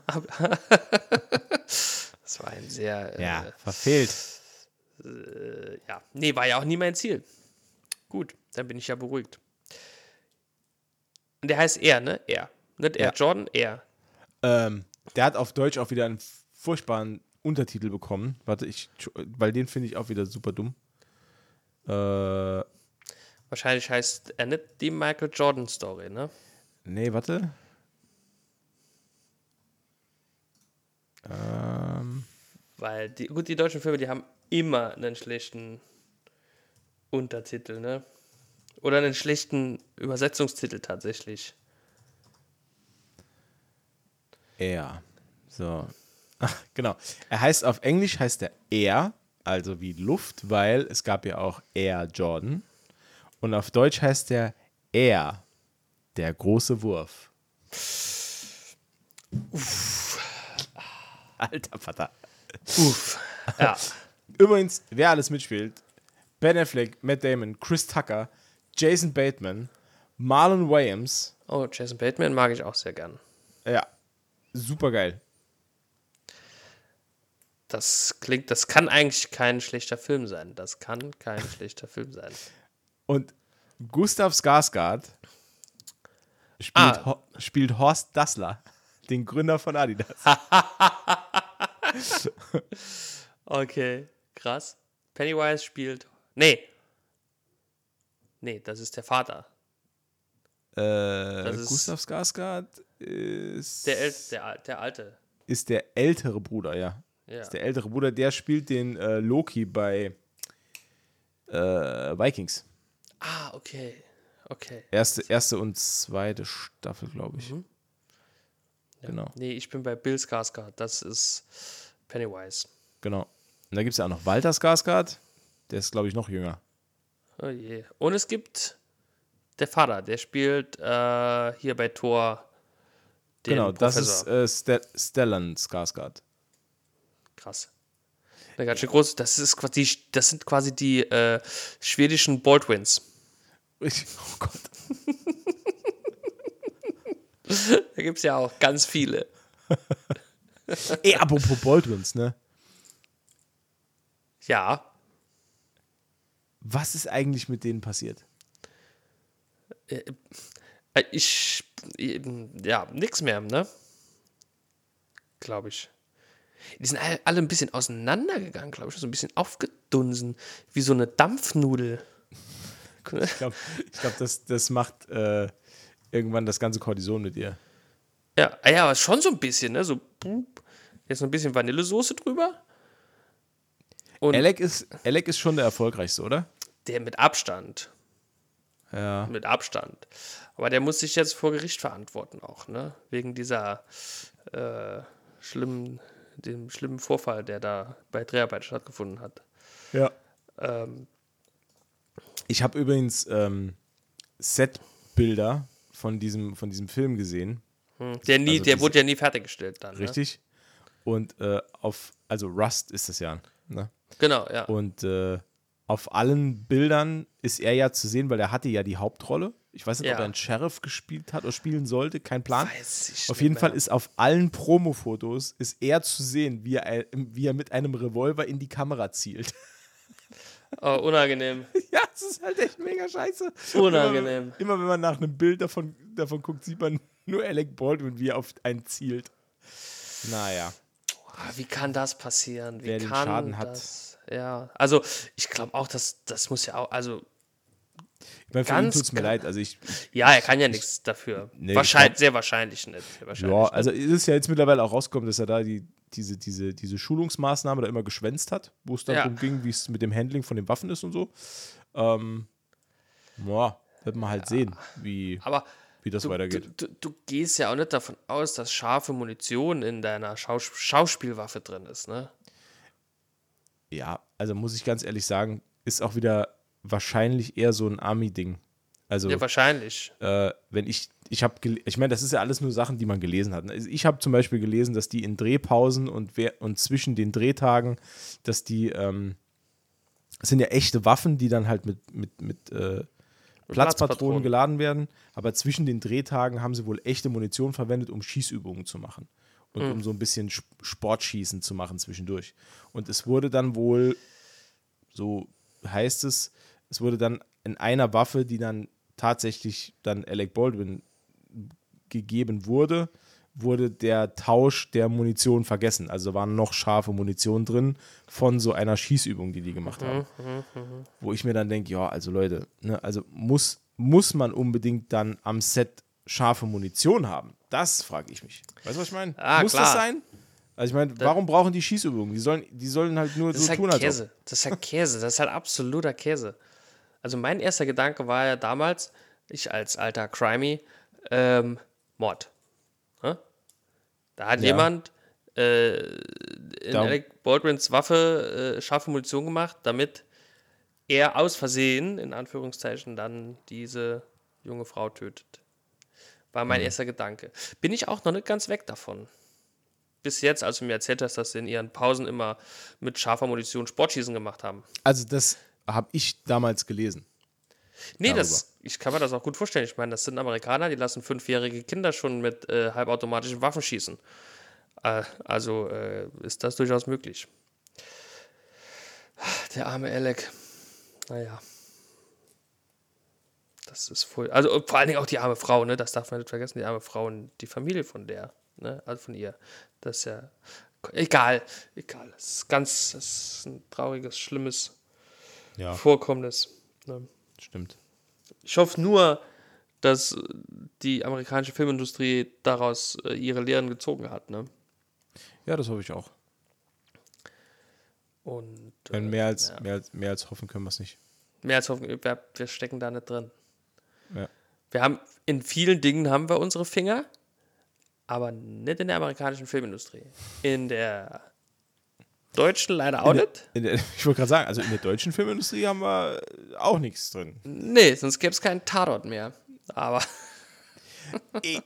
Das war ein sehr. Ja, Äh, verfehlt. äh, ja, nee, war ja auch nie mein Ziel. Gut, dann bin ich ja beruhigt. Und der heißt er, ne? Er. Nicht er Ja. Jordan, er. Ähm, der hat auf Deutsch auch wieder einen furchtbaren Untertitel bekommen. Warte, ich, weil den finde ich auch wieder super dumm. Äh, Wahrscheinlich heißt er nicht die Michael Jordan Story, ne? nee, warte. Ähm, Weil, die, gut, die deutschen Filme, die haben immer einen schlechten Untertitel, ne? Oder einen schlechten Übersetzungstitel tatsächlich. er. So. Ach, genau. Er heißt auf Englisch heißt er Air, also wie Luft, weil es gab ja auch Air Jordan. Und auf Deutsch heißt er Air, der große Wurf. Uff. Alter Vater. Uff. Ja. Übrigens, wer alles mitspielt: Ben Affleck, Matt Damon, Chris Tucker, Jason Bateman, Marlon Wayans. Oh, Jason Bateman mag ich auch sehr gern. Ja, super geil. Das klingt, das kann eigentlich kein schlechter Film sein. Das kann kein schlechter Film sein. Und Gustav Skarsgård spielt, Ah. Ho- spielt Horst Dassler, den Gründer von Adidas. Okay, krass. Pennywise spielt. Nee. Nee, das ist der Vater. Äh, ist- Gustav Skarsgård ist Der, El der, Al- der Alte. ist der ältere Bruder, ja. Ja. Ist der ältere Bruder, der spielt den äh, Loki bei äh, Vikings. Ah, okay. Okay. Erste, erste und zweite Staffel, glaube ich. Mhm. Ja. Genau, Nee, ich bin bei Bill Skarsgård. Das ist Pennywise. genau. Und da gibt es ja auch noch Walter Skarsgård. Der ist, glaube ich, noch jünger. Oh je. Und es gibt der Vater, der spielt äh, hier bei Thor den Genau, das ist Professor. äh, Ste Stellan Skarsgård. Krass. Eine ganz schön groß. Das, ist quasi, das sind quasi die äh, schwedischen Baldwins. Ich, oh Gott. Da gibt es ja auch ganz viele. Ey, apropos Baldwins, ne? Ja. Was ist eigentlich mit denen passiert? Äh, Ich, eben, ja, nix mehr, ne? Glaube ich. Die sind alle, alle ein bisschen auseinandergegangen, glaube ich. So ein bisschen aufgedunsen. Wie so eine Dampfnudel. Ich glaube, ich glaub, das, das macht äh, irgendwann das ganze Cortison mit ihr. Ja, ah ja, aber schon so ein bisschen, ne? So, boop. Jetzt noch ein bisschen Vanillesoße drüber. Und Alec ist, Alec ist schon der erfolgreichste, oder? der mit Abstand. Ja. Mit Abstand. Aber der muss sich jetzt vor Gericht verantworten auch, ne? Wegen dieser äh, schlimmen, dem schlimmen Vorfall, der da bei Dreharbeiten stattgefunden hat. Ja. Ähm, Ich habe übrigens ähm, Setbilder von diesem, von diesem Film gesehen. der nie, Also der diese- wurde ja nie fertiggestellt dann. Richtig. Und äh, auf, also Rust ist das ja. Ne? Ne? Genau, ja. Und äh, auf allen Bildern ist er ja zu sehen, weil er hatte ja die Hauptrolle. Ich weiß nicht, ob Ja. er einen Sheriff gespielt hat oder spielen sollte, kein Plan. Weiß ich Auf nicht jeden mehr. Fall ist auf allen Promo-Fotos ist er zu sehen, wie er, wie er mit einem Revolver in die Kamera zielt. Oh, unangenehm. Ja, das ist halt echt mega scheiße. Unangenehm. Immer, immer wenn man nach einem Bild davon, davon guckt, sieht man nur Alec Baldwin, wie er auf einen zielt. Naja. Ah, wie kann das passieren? Wie Wer den kann Schaden hat. das? Ja, also ich glaube auch, dass das muss ja auch, also Ich meine, für ihn Ganz tut es mir klar. leid. Also ich, ja, er kann ja nichts dafür. Nee, ich wahrscheinlich, glaub- sehr wahrscheinlich nicht. Sehr wahrscheinlich ja, nicht. also es ist ja jetzt mittlerweile auch rausgekommen, dass er da die, diese, diese, diese Schulungsmaßnahme da immer geschwänzt hat, wo es dann Ja. darum ging, wie es mit dem Handling von den Waffen ist und so. Ähm, ja, wird man halt sehen, wie, Aber wie das du, weitergeht. Du, du, du gehst ja auch nicht davon aus, dass scharfe Munition in deiner Schaus Schauspielwaffe drin ist, ne? Ja, also muss ich ganz ehrlich sagen, ist auch wieder wahrscheinlich eher so ein Army-Ding. Also, Ja, wahrscheinlich. äh, wenn ich, ich habe, ich meine, das ist ja alles nur Sachen, die man gelesen hat. Also ich habe zum Beispiel gelesen, dass die in Drehpausen und, wer, und zwischen den Drehtagen, dass die, ähm, das sind ja echte Waffen, die dann halt mit, mit, mit äh, Platzpatronen Platzpatronen. geladen werden, aber zwischen den Drehtagen haben sie wohl echte Munition verwendet, um Schießübungen zu machen und Mhm. um so ein bisschen Sp- Sportschießen zu machen zwischendurch. Und es wurde dann wohl, so heißt es, es wurde dann in einer Waffe, die dann tatsächlich dann Alec Baldwin gegeben wurde, wurde der Tausch der Munition vergessen. Also waren noch scharfe Munition drin von so einer Schießübung, die die gemacht haben. Wo ich mir dann denke, ja, also Leute, ne, also muss, muss man unbedingt dann am Set scharfe Munition haben? Das frage ich mich. Weißt du, was ich meine? Ah, muss klar. das sein? Also ich meine, warum brauchen die Schießübungen? Die sollen, die sollen halt nur Das so ist halt tun, als ob. Käse. Das ist halt Käse. Das ist halt absoluter Käse. Also mein erster Gedanke war ja damals, ich als alter Crimey, ähm, Mord. Hä? Da hat Ja. jemand äh, in Da- Alec Baldwins Waffe äh, scharfe Munition gemacht, damit er aus Versehen, in Anführungszeichen, dann diese junge Frau tötet. War mein erster Gedanke. Bin ich auch noch nicht ganz weg davon. Bis jetzt, als du mir erzählt hast, dass sie in ihren Pausen immer mit scharfer Munition Sportschießen gemacht haben. Also das habe ich damals gelesen. Nee, Darüber. das, ich kann mir das auch gut vorstellen. Ich meine, das sind Amerikaner, die lassen fünfjährige Kinder schon mit äh, halbautomatischen Waffen schießen. Äh, also äh, ist das durchaus möglich. Der arme Alec. Naja. Das ist voll. Also und vor allen Dingen auch die arme Frau, ne? Das darf man nicht vergessen, die arme Frau und die Familie von der, ne? Also von ihr. Das ist ja. Egal, egal. Das ist ganz, das ist ein trauriges, schlimmes Ja, Vorkommnis. Ne? stimmt. Ich hoffe nur, dass die amerikanische Filmindustrie daraus äh, ihre Lehren gezogen hat, ne? Ja, das hoffe ich auch. Und Wenn äh, mehr als, ja. mehr als, mehr als hoffen können wir es nicht. mehr als hoffen, wir, wir stecken da nicht drin. Ja. Wir haben in vielen Dingen haben wir unsere Finger, aber nicht in der amerikanischen Filmindustrie. In der deutschen leider auch In der, nicht. in der, ich wollte gerade sagen, also in der deutschen Filmindustrie haben wir auch nichts drin. Nee, sonst gäbe es keinen Tatort mehr. Aber Ich,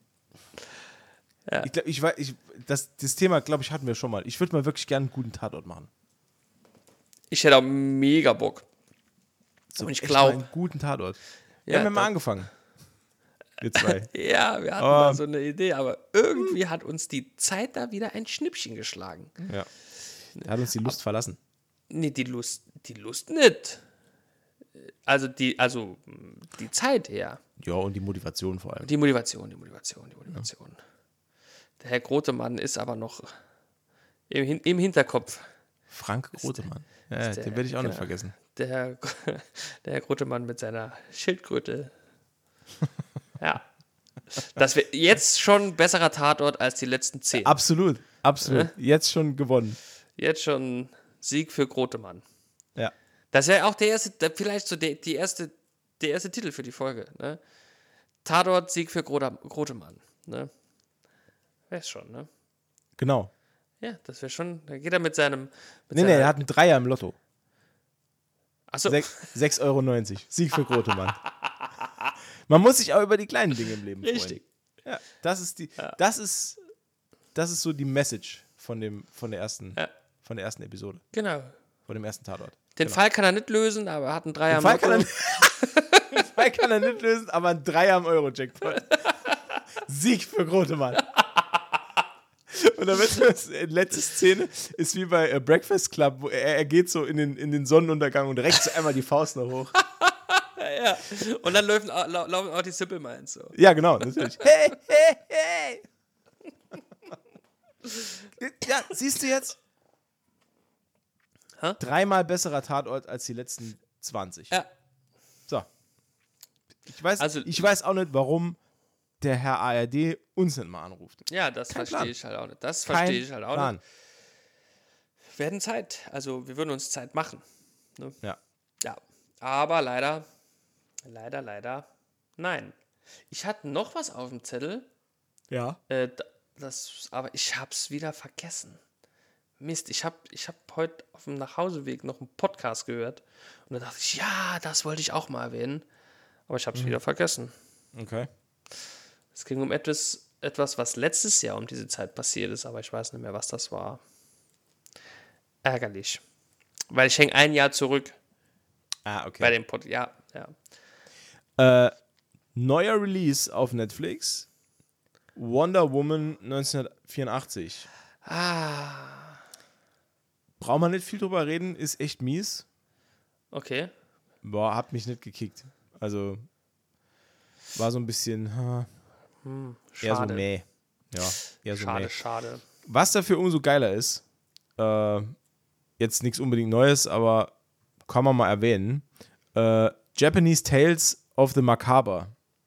ich, glaub, ich, weiß- ich das, das Thema, glaube ich, hatten wir schon mal. Ich würde mal wirklich gerne einen guten Tatort machen. ich hätte auch mega Bock. So Und ich echt glaub- mal einen guten Tatort. Wir Ja, haben ja mal da- angefangen. Wir zwei. Ja, wir hatten Aber- da so eine Idee, aber irgendwie hat uns die Zeit da wieder ein Schnippchen geschlagen. Ja. Da hat uns die Lust verlassen. Nee, die Lust, die Lust nicht. Also die, also die Zeit her. Ja, und die Motivation vor allem. Die Motivation, die Motivation, die Motivation. Der Herr Grotemann ist aber noch im, Hin- im Hinterkopf. Frank Grotemann. Ja, der- den werde ich auch nicht genau. vergessen. Der Herr, der Herr Grotemann mit seiner Schildkröte. Ja. Das wäre jetzt schon ein besserer Tatort als die letzten zehn. Absolut, absolut. Jetzt schon gewonnen. Jetzt schon Sieg für Grotemann. Ja. Das wäre auch der erste, der- vielleicht so der, die erste, der erste Titel für die Folge. Ne? Tatort, Sieg für Grote, Grotemann. Ne? Wär's schon, ne? Genau. Ja, das wäre schon. Da geht er mit seinem. Mit Nee, nee, seiner, er hat einen Dreier im Lotto. Achso, sechs Euro neunzig. Sieg für Grotemann. Man muss sich auch über die kleinen Dinge im Leben freuen. richtig. Ja, das ist die, das ist, das ist so die Message von dem, von der ersten, Ja. von der ersten Episode, Genau. von dem ersten Tatort. Den Genau. Fall kann er nicht lösen, aber er hat einen Dreier Den Fall, im kann er, Lotto. nicht- den Fall kann er nicht lösen, aber ein Dreier am Euro-Jackpot. Sieg für Grotemann. Und dann wird das, die letzte Szene ist wie bei äh, Breakfast Club, wo er, er geht so in den, in den Sonnenuntergang und reckt so einmal die Faust noch hoch. Ja. Und dann laufen, auch- lau- laufen auch die Simple Minds so. Ja, genau, natürlich. Hey, hey, hey. Ja, siehst du jetzt? Hä? Dreimal besserer Tatort als die letzten zwanzig. Ja. So. Ich weiß, Also- ich weiß auch nicht, warum der Herr A R D uns nicht mal anruft. Ja, das Kein verstehe Plan. ich halt auch nicht. Das Kein verstehe ich halt auch Plan. nicht. Wir werden Zeit. Also wir würden uns Zeit machen. Ne? Ja. Ja. Aber leider, leider, leider, nein. Ich hatte noch was auf dem Zettel, Ja. äh, da- das, aber ich hab's wieder vergessen. Mist, ich habe ich hab heute auf dem Nachhauseweg noch einen Podcast gehört und da dachte ich, ja, das wollte ich auch mal erwähnen, aber ich habe es mhm. wieder vergessen. Okay. Es ging um etwas, etwas, was letztes Jahr um diese Zeit passiert ist, aber ich weiß nicht mehr, was das war. Ärgerlich. Weil ich hänge ein Jahr zurück. Ah, okay. Bei dem Pod, ja, ja. Äh, neuer Release auf Netflix. Wonder Woman neunzehnhundertvierundachtzig. Ah. Braucht man nicht viel drüber reden, ist echt mies. Okay. Boah, hat mich nicht gekickt. Also, war so ein bisschen, huh, hm, eher so meh. Ja, eher so schade, meh. schade. Was dafür umso geiler ist, äh, jetzt nichts unbedingt Neues, aber kann man mal erwähnen, äh, Japanese Tales of the Macabre.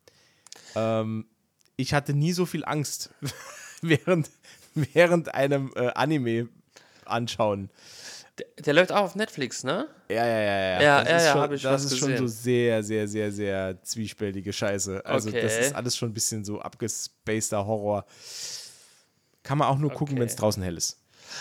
Ähm, ich hatte nie so viel Angst während, während einem äh, Anime anschauen. Der, der läuft auch auf Netflix, ne? Ja, ja, ja, ja. Ja, das ja, ist ja, schon, habe ich das was ist gesehen. schon so sehr, sehr, sehr, sehr zwiespältige Scheiße. Also Okay. das ist alles schon ein bisschen so abgespaceder Horror. Kann man auch nur gucken, Okay. wenn es draußen hell ist.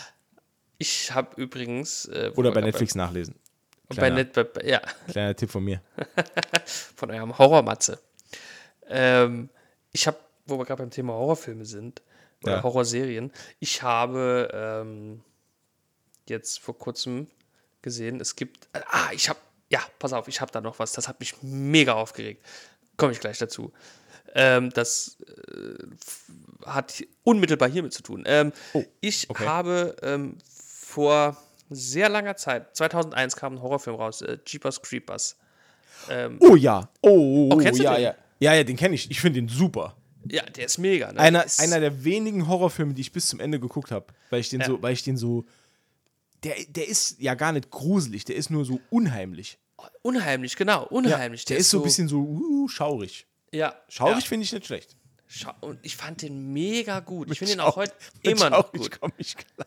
Ich habe übrigens... Äh, Oder bei Netflix bei, nachlesen. Kleiner, bei Net, bei, ja. Kleiner Tipp von mir. Von eurem Horrormatze. Ähm, ich habe, wo wir gerade beim Thema Horrorfilme sind, oder ja. Horrorserien, ich habe ähm, jetzt vor kurzem gesehen, es gibt, äh, ah, ich habe, ja, pass auf, ich habe da noch was, das hat mich mega aufgeregt. Komme ich gleich dazu. Ähm, das äh, hat unmittelbar hiermit zu tun. Ähm, oh, ich okay. habe ähm, vor sehr langer Zeit, zweitausendeins kam ein Horrorfilm raus, äh, Jeepers Creepers. Ähm, oh ja, oh, oh kennst du ja, den? ja. Ja, ja, den kenne ich. Ich finde den super. Ja, der ist mega. Ne? Einer, ist einer der wenigen Horrorfilme, die ich bis zum Ende geguckt habe, weil ich den ja. so, weil ich den so, der, der ist ja gar nicht gruselig, der ist nur so unheimlich. Unheimlich, genau, unheimlich. Ja, der, der ist so ein bisschen so uh, schaurig. Ja. Schaurig ja. finde ich nicht schlecht. Schau- und ich fand den mega gut. Mit ich finde ihn Schau- auch heute mit immer noch schaurig gut. Komm ich klar.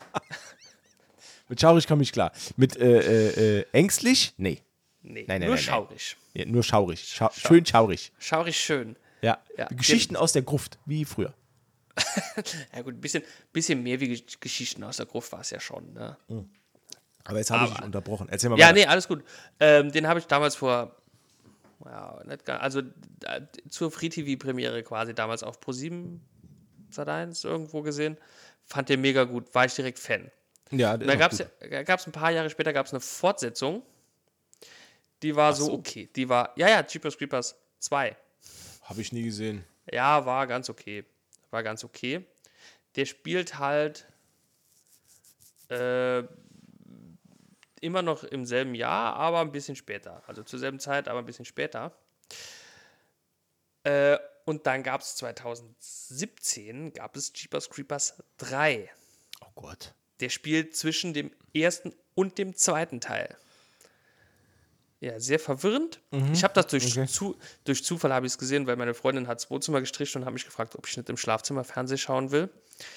Mit schaurig komme ich klar. Mit äh, äh, ängstlich? Nee. Nee, nein, nein, nur nein, schaurig. Nein. Ja, nur schaurig. Schau- Schau- schön schaurig. Schaurig schön. Ja. Ja. Geschichten aus der Gruft, wie früher. Ja gut, ein bisschen, bisschen mehr wie Gesch- Geschichten aus der Gruft war es ja schon. Ne? Aber jetzt habe ich Aber- dich unterbrochen. Erzähl mal Ja, weiter. nee, alles gut. Ähm, den habe ich damals vor, ja, nicht gar, also äh, zur Free T V-Premiere quasi damals auf ProSieben Sat eins irgendwo gesehen. Fand den mega gut, war ich direkt Fan. Ja, Und dann gab es ja, gab's ein paar Jahre später gab's eine Fortsetzung, die war so, so. okay. Die war, ja, ja, Jeepers Creepers zwei. Habe ich nie gesehen. Ja, war ganz okay. War ganz okay. Der spielt halt äh, immer noch im selben Jahr, aber ein bisschen später. Also zur selben Zeit, aber ein bisschen später. Äh, und dann gab es zweitausendsiebzehn gab es Jeepers Creepers drei. Oh Gott. Der spielt zwischen dem ersten und dem zweiten Teil. Ja, sehr verwirrend. Mhm. Ich habe das durch, Okay. zu, durch Zufall habe ich es gesehen, weil meine Freundin hat das Wohnzimmer gestrichen und hat mich gefragt, ob ich nicht im Schlafzimmer Fernsehen schauen will.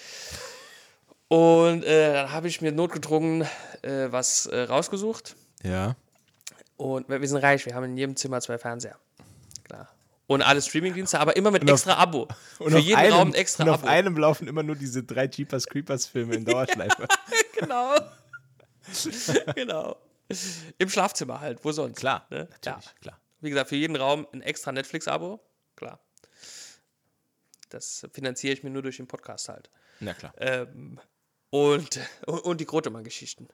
Und äh, dann habe ich mir notgedrungen äh, was äh, rausgesucht. Ja. Und wir wir sind reich, wir haben in jedem Zimmer zwei Fernseher. Klar. Und alle Streamingdienste, aber immer mit Und auf- extra Abo. Und Für auf jeden einem, Raum ein extra und auf Abo. einem laufen immer nur diese drei Jeepers Creepers Filme in Dauerschleife. Genau. Genau. Im Schlafzimmer halt, wo sonst? Klar, Ne? natürlich, Ja. klar. Wie gesagt, für jeden Raum ein extra Netflix-Abo. Klar. Das finanziere ich mir nur durch den Podcast halt. Na klar. Ähm, und, und, und die Grotemann-Geschichten.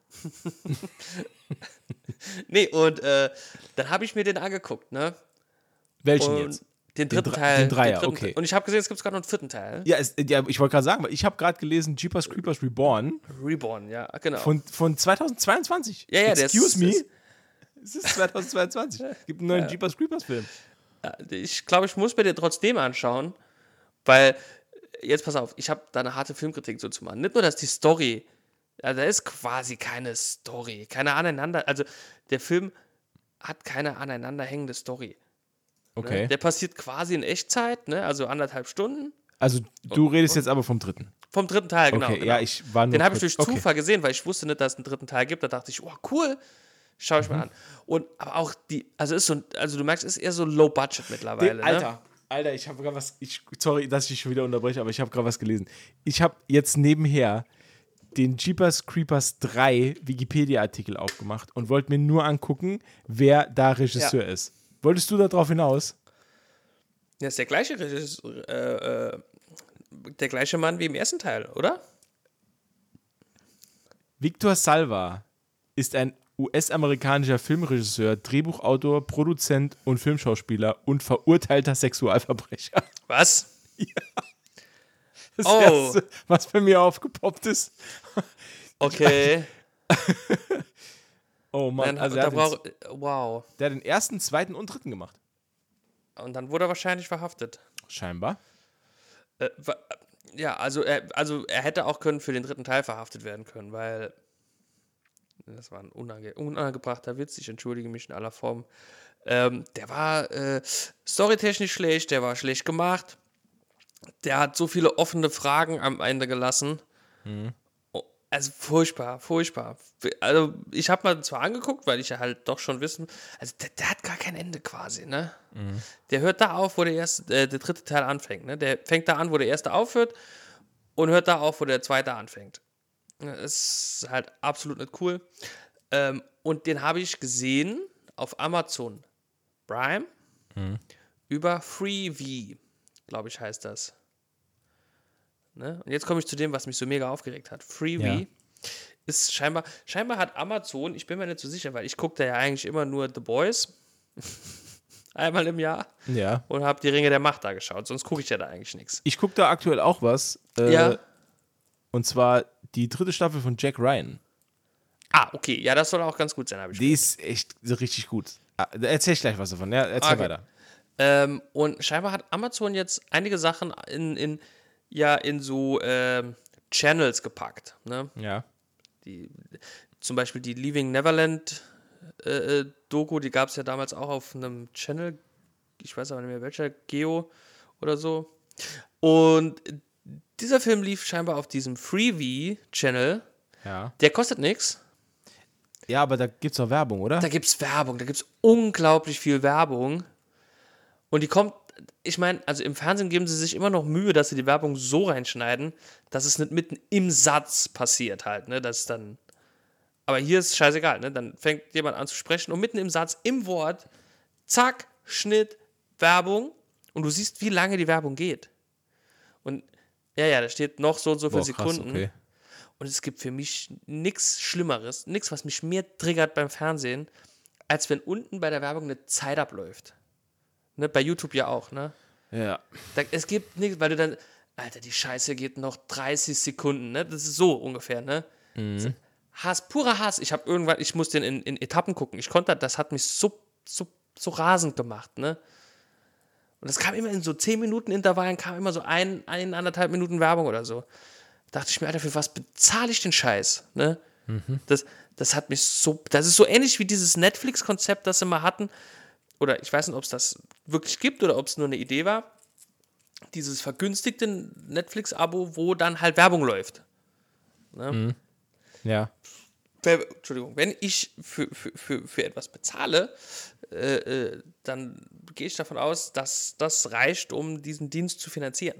Nee, und äh, dann habe ich mir den angeguckt, ne? Welchen Und jetzt? Den Den dritten Dre- Teil. den Dreier, dritten okay. Teil. Und ich habe gesehen, es gibt sogar noch einen vierten Teil. Ja, es, ja ich wollte gerade sagen, weil ich habe gerade gelesen Jeepers Creepers Reborn Reborn, ja, genau. von, von zweitausendzweiundzwanzig. Ja, ja, der Excuse ist- me? ist- Es ist zweitausendzweiundzwanzig. Es gibt einen neuen Jeepers Creepers Film. Ja, ich glaube, ich muss mir den trotzdem anschauen, weil, jetzt pass auf, ich habe da eine harte Filmkritik so zu machen. Nicht nur, dass die Story, also da ist quasi keine Story, keine aneinander, also der Film hat keine aneinanderhängende Story. Okay. Ne? Der passiert quasi in Echtzeit, ne? Also anderthalb Stunden. Also du redest jetzt aber vom dritten. Vom dritten Teil, genau. Okay, genau. ja, ich war nur Den habe ich kurz- durch okay. Zufall gesehen, weil ich wusste nicht, dass es einen dritten Teil gibt. Da dachte ich, oh, cool, schaue ich Mhm. mal an. Und aber auch die, also ist so, also du merkst, es ist eher so Low Budget mittlerweile. Den, Alter, Ne? Alter, ich habe gerade was, ich, sorry, dass ich dich schon wieder unterbreche, aber ich habe gerade was gelesen. Ich habe jetzt nebenher den Jeepers Creepers drei Wikipedia-Artikel aufgemacht und wollte mir nur angucken, wer da Regisseur ja. ist. Wolltest du darauf hinaus? Ja, ist der gleiche Regisseur, äh, äh, der gleiche Mann wie im ersten Teil, oder? Victor Salva ist ein U S-amerikanischer Filmregisseur, Drehbuchautor, Produzent und Filmschauspieler und verurteilter Sexualverbrecher. Was? Ja. Das oh. Erste, was bei mir aufgepoppt ist. Okay. oh Mann, dann, also da der, brauch, hat den, wow. der hat den ersten, zweiten und dritten gemacht. Und dann wurde er wahrscheinlich verhaftet. Scheinbar. Äh, ja, also er, also er hätte auch können für den dritten Teil verhaftet werden können, weil das war ein unange unangebrachter Witz, ich entschuldige mich in aller Form. Ähm, der war äh, storytechnisch schlecht, der war schlecht gemacht. Der hat so viele offene Fragen am Ende gelassen. Mhm. Also furchtbar, furchtbar. Also ich habe mal zwar angeguckt, weil ich ja halt doch schon wissen, also der, der hat gar kein Ende quasi, ne? Mhm. Der hört da auf, wo der erste, äh, der dritte Teil anfängt, ne? Der fängt da an, wo der erste aufhört und hört da auf, wo der zweite anfängt. Das ist halt absolut nicht cool. Ähm, und den habe ich gesehen auf Amazon Prime mhm. über Freevee, glaube ich, heißt das. Ne? Und jetzt komme ich zu dem, was mich so mega aufgeregt hat. Freevee ja. ist scheinbar, scheinbar hat Amazon, ich bin mir nicht so sicher, weil ich gucke da ja eigentlich immer nur The Boys einmal im Jahr ja. und habe die Ringe der Macht da geschaut, sonst gucke ich ja da eigentlich nichts. Ich gucke da aktuell auch was. Äh, ja. Und zwar die dritte Staffel von Jack Ryan. Ah, okay. Ja, das soll auch ganz gut sein, habe ich Die gehört. Ist echt so richtig gut. Ah, erzähl ich gleich was davon. Ja, erzähl okay. weiter. Ähm, und scheinbar hat Amazon jetzt einige Sachen in, in, ja, in so ähm, Channels gepackt. Ne? Ja. Die, zum Beispiel die Leaving Neverland äh, Doku, die gab es ja damals auch auf einem Channel. Ich weiß aber nicht mehr welcher, Geo oder so. Und dieser Film lief scheinbar auf diesem Freevee-Channel. Ja. Der kostet nichts. Ja, aber da gibt's noch Werbung, oder? Da gibt's Werbung, da gibt's unglaublich viel Werbung. Und die kommt, ich meine, also im Fernsehen geben sie sich immer noch Mühe, dass sie die Werbung so reinschneiden, dass es nicht mitten im Satz passiert halt, ne, dass dann, aber hier ist scheißegal, ne, dann fängt jemand an zu sprechen und mitten im Satz, im Wort, zack, Schnitt, Werbung und du siehst, wie lange die Werbung geht. Und ja, ja, da steht noch so und so viele Boah, krass, Sekunden. Okay. Und es gibt für mich nichts Schlimmeres, nichts, was mich mehr triggert beim Fernsehen, als wenn unten bei der Werbung eine Zeit abläuft. Ne, bei YouTube ja auch, ne? Ja. Da, es gibt nichts, weil du dann, Alter, die Scheiße geht noch dreißig Sekunden, ne? Das ist so ungefähr, ne? Mhm. Hass, purer Hass. Ich habe irgendwann, ich musste in, in Etappen gucken. Ich konnte, das hat mich so, so, so rasend gemacht, ne? Und das kam immer in so zehn Minuten Intervallen, kam immer so ein, ein, anderthalb Minuten Werbung oder so. Da dachte ich mir, Alter, für was bezahle ich den Scheiß, ne? Mhm. Das, das hat mich so, das ist so ähnlich wie dieses Netflix-Konzept, das sie mal hatten. Oder ich weiß nicht, ob es das wirklich gibt oder ob es nur eine Idee war. Dieses vergünstigte Netflix-Abo, wo dann halt Werbung läuft. Ne? Mhm. Ja. Entschuldigung, wenn ich für, für, für, für etwas bezahle, äh, äh, dann gehe ich davon aus, dass das reicht, um diesen Dienst zu finanzieren.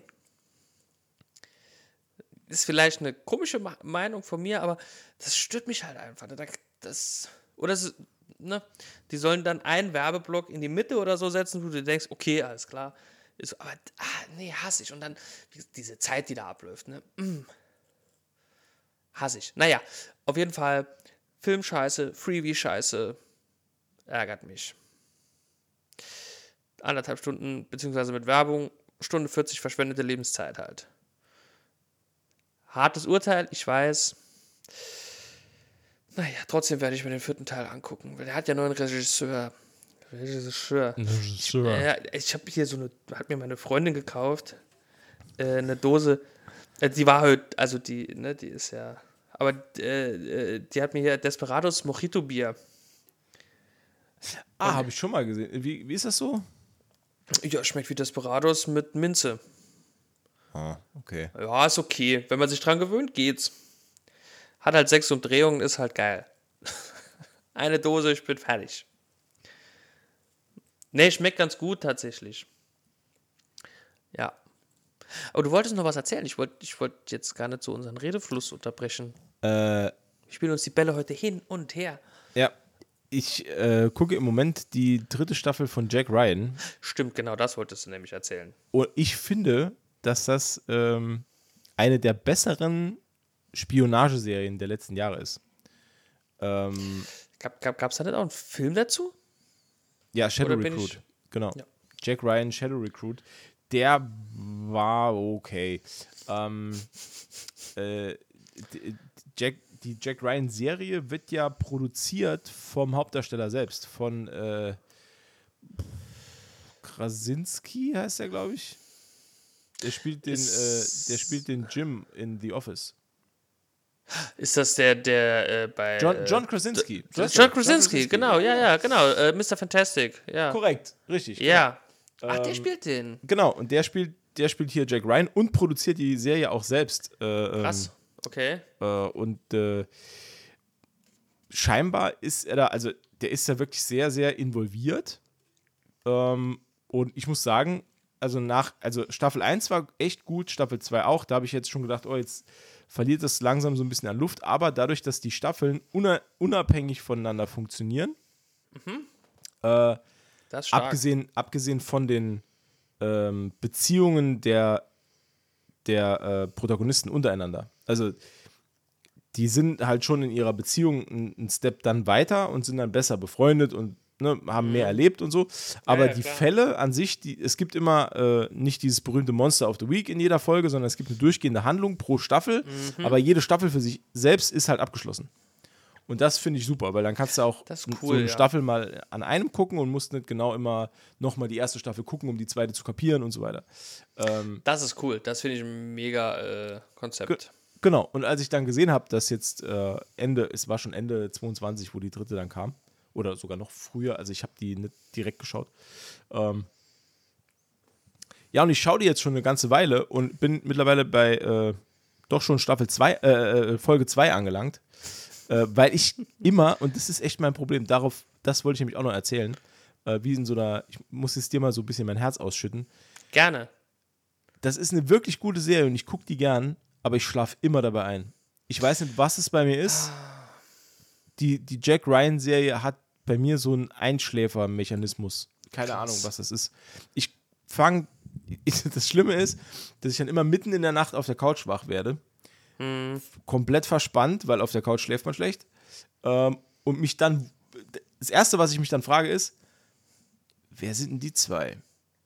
Ist vielleicht eine komische Meinung von mir, aber das stört mich halt einfach. Das, oder es, ne, die sollen dann einen Werbeblock in die Mitte oder so setzen, wo du denkst, okay, alles klar. Ist, aber, ah, nee, hasse ich. Und dann diese Zeit, die da abläuft, ne, mm, hasse ich. Naja, auf jeden Fall Filmscheiße, Freebie-Scheiße, ärgert mich. Anderthalb Stunden, beziehungsweise mit Werbung, Stunde vierzig verschwendete Lebenszeit halt. Hartes Urteil, ich weiß. Naja, trotzdem werde ich mir den vierten Teil angucken, weil der hat ja nur einen Regisseur. Regisseur. Regisseur. Ich, äh, ich habe hier so eine, hat mir meine Freundin gekauft, äh, eine Dose, äh, die war halt, also die, ne, die ist ja, aber äh, die hat mir hier Desperados Mojito Bier. Ah, habe ich schon mal gesehen. Wie, wie ist das so? Ja, schmeckt wie Desperados mit Minze. Ah, okay. Ja, ist okay. Wenn man sich dran gewöhnt, geht's. Hat halt sechs Umdrehungen, ist halt geil. Eine Dose, ich bin fertig. Nee, schmeckt ganz gut tatsächlich. Ja. Aber du wolltest noch was erzählen. Ich wollte ich wollt jetzt gar nicht so unseren Redefluss unterbrechen. Äh, Wir spielen uns die Bälle heute hin und her. ja, ich äh, gucke im Moment die dritte Staffel von Jack Ryan. Stimmt, genau das wolltest du nämlich erzählen. Und ich finde, dass das ähm, eine der besseren Spionageserien der letzten Jahre ist. Ähm, Gab, gab, gab es da nicht auch einen Film dazu? ja, Shadow Oder bin Recruit. ich- Genau. Ja. Jack Ryan, Shadow Recruit. Der war okay. Ähm, äh, d- Jack, die Jack Ryan-Serie wird ja produziert vom Hauptdarsteller selbst, von äh, Krasinski heißt er, glaube ich. Der spielt den, äh, Ist- der spielt den Jim in The Office. Ist das der, der äh, bei. John, äh, John Krasinski. John, Du hast John ja- Krasinski, genau, ja, ja, genau. Äh, Mister Fantastic, ja. Korrekt, richtig. Ja. Ach, der Ähm, spielt den. Genau, und der spielt, der spielt hier Jack Ryan und produziert die Serie auch selbst. Äh, ähm, Krass. Okay. Äh, und äh, scheinbar ist er da, also der ist da wirklich sehr, sehr involviert. Ähm, und ich muss sagen, also nach, also Staffel eins war echt gut, Staffel zwei auch. Da habe ich jetzt schon gedacht, oh, jetzt verliert das langsam so ein bisschen an Luft. Aber dadurch, dass die Staffeln una- unabhängig voneinander funktionieren, äh, Das ist stark. abgesehen, abgesehen von den ähm, Beziehungen der, der äh, Protagonisten untereinander. Also die sind halt schon in ihrer Beziehung einen Step dann weiter und sind dann besser befreundet und ne, haben mehr erlebt und so. Aber ja, die klar. Fälle an sich, die, es gibt immer äh, nicht dieses berühmte Monster of the Week in jeder Folge, sondern es gibt eine durchgehende Handlung pro Staffel. Mhm. Aber jede Staffel für sich selbst ist halt abgeschlossen. Und das finde ich super, weil dann kannst du auch Das ist so cool, eine ja. Staffel mal an einem gucken und musst nicht genau immer nochmal die erste Staffel gucken, um die zweite zu kapieren und so weiter. Ähm, Das ist cool. Das finde ich ein mega äh, Konzept. Genau, und als ich dann gesehen habe, dass jetzt äh, Ende, es war schon Ende zweiundzwanzig, wo die dritte dann kam, oder sogar noch früher, also ich habe die nicht direkt geschaut. Ähm ja, und ich schaue die jetzt schon eine ganze Weile und bin mittlerweile bei äh, doch schon Staffel zwei, äh, Folge zwei angelangt, äh, weil ich immer, und das ist echt mein Problem, darauf, das wollte ich nämlich auch noch erzählen, äh, wie in so einer, ich muss jetzt dir mal so ein bisschen mein Herz ausschütten. Gerne. Das ist eine wirklich gute Serie und ich gucke die gern, aber ich schlafe immer dabei ein. Ich weiß nicht, was es bei mir ist. Die, die Jack Ryan-Serie hat bei mir so einen Einschläfermechanismus. Keine Krass. Ahnung, was das ist. Ich fange, das Schlimme ist, dass ich dann immer mitten in der Nacht auf der Couch wach werde. Hm. Komplett verspannt, weil auf der Couch schläft man schlecht. Ähm, und mich dann, das Erste, was ich mich dann frage, ist, wer sind denn die zwei?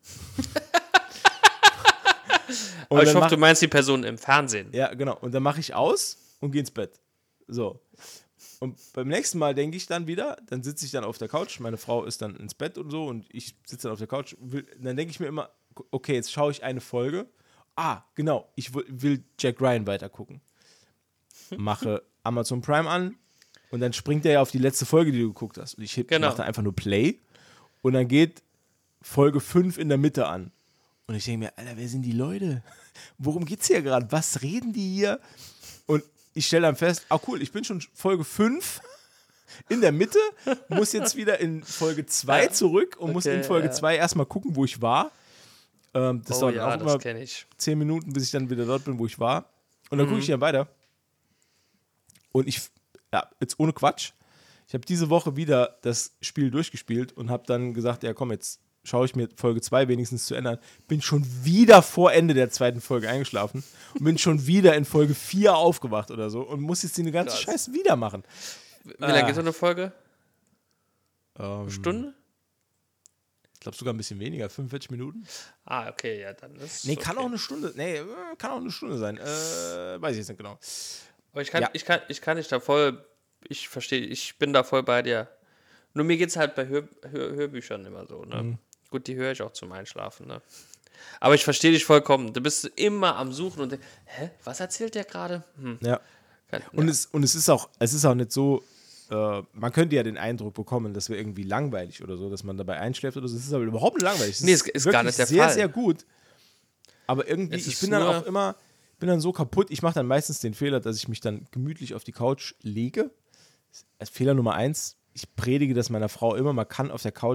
Aber ich dann hoffe, mach- du meinst die Person im Fernsehen. Ja, genau. Und dann mache ich aus und gehe ins Bett. So. Und beim nächsten Mal denke ich dann wieder, dann sitze ich dann auf der Couch, meine Frau ist dann ins Bett und so und ich sitze dann auf der Couch. Will, dann denke ich mir immer, okay, jetzt schaue ich eine Folge. Ah, genau, ich will, will Jack Ryan weitergucken. Mache Amazon Prime an und dann springt er ja auf die letzte Folge, die du geguckt hast. Und ich heb- Genau. mache dann einfach nur Play und dann geht Folge fünf in der Mitte an. Und ich denke mir, Alter, wer sind die Leute? Worum geht's hier gerade? Was reden die hier? Und ich stelle dann fest, ah cool, ich bin schon Folge fünf in der Mitte, muss jetzt wieder in Folge zwei Ja. zurück und muss Okay, in Folge ja. zwei erstmal gucken, wo ich war. Ähm, das Oh dauert ja, auch das immer kenne ich. zehn Minuten, bis ich dann wieder dort bin, wo ich war. Und dann gucke ich dann weiter. Und ich, ja, jetzt ohne Quatsch, ich habe diese Woche wieder das Spiel durchgespielt und habe dann gesagt, ja komm, jetzt schaue ich mir Folge zwei wenigstens zu Ende an. Bin schon wieder vor Ende der zweiten Folge eingeschlafen und bin schon wieder in Folge vier aufgewacht oder so und muss jetzt die ganze Krass. Scheiße wieder machen. Wie lange Ah. geht so eine Folge? Ähm, Eine Stunde? Ich glaube sogar ein bisschen weniger, fünfundvierzig Minuten. Ah, okay, ja, dann ist Nee, okay. kann auch eine Stunde, nee, äh, kann auch eine Stunde sein. Äh, weiß ich jetzt nicht genau. Aber ich kann, Ja. ich kann, ich kann dich da voll, ich verstehe, ich bin da voll bei dir. Nur mir geht es halt bei Hör, Hör, Hörbüchern immer so, ne? Mhm. Gut, die höre ich auch zum Einschlafen, ne? Aber ich verstehe dich vollkommen. Du bist immer am Suchen und denkst, hä, was erzählt der gerade? Hm. Ja. Kann, Und, ja. es, und es ist auch, es ist auch nicht so, äh, man könnte ja den Eindruck bekommen, das wäre irgendwie langweilig oder so, dass man dabei einschläft oder so. Es ist aber überhaupt nicht langweilig. Es Nee, es ist gar wirklich nicht der sehr, Fall. sehr gut. Aber irgendwie, Es ich ist bin dann nur- auch immer, bin dann so kaputt. Ich mache dann meistens den Fehler, dass ich mich dann gemütlich auf die Couch lege. Als Fehler Nummer eins, ich predige das meiner Frau immer, man kann auf der Couch,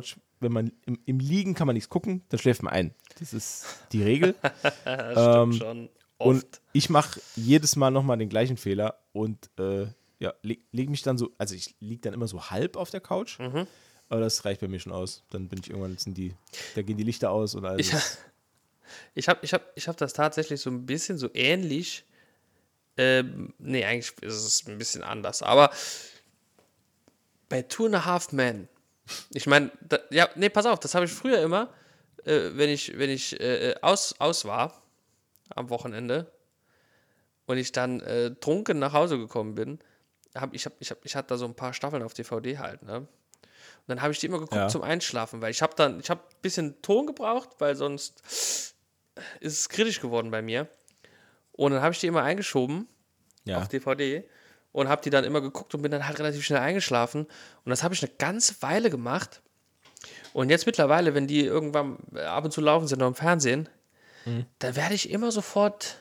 wenn man im, im Liegen kann man nichts gucken, dann schläft man ein. Das ist die Regel. Stimmt ähm, schon. Und Oft. ich mache jedes Mal nochmal den gleichen Fehler und äh, ja, leg, leg mich dann so, also ich liege dann immer so halb auf der Couch, Mhm. aber das reicht bei mir schon aus. Dann bin ich irgendwann, sind die, da gehen die Lichter aus und alles. Ich, ich habe ich hab, ich hab das tatsächlich so ein bisschen so ähnlich. Ähm, nee, eigentlich ist es ein bisschen anders. Aber bei Two and a Half Men, ich meine, ja, nee, pass auf, das habe ich früher immer, äh, wenn ich, wenn ich äh, aus, aus war am Wochenende und ich dann äh, trunken nach Hause gekommen bin, hab, ich, hab, ich, hab, ich hatte da so ein paar Staffeln auf D V D halt, ne? Und dann habe ich die immer geguckt Ja. zum Einschlafen, weil ich habe dann, ich habe ein bisschen Ton gebraucht, weil sonst ist es kritisch geworden bei mir. Und dann habe ich die immer eingeschoben Ja. auf D V D und habe die dann immer geguckt und bin dann halt relativ schnell eingeschlafen. Und das habe ich eine ganze Weile gemacht. Und jetzt mittlerweile, wenn die irgendwann ab und zu laufen sind oder im Fernsehen, Mhm. dann werde ich immer sofort.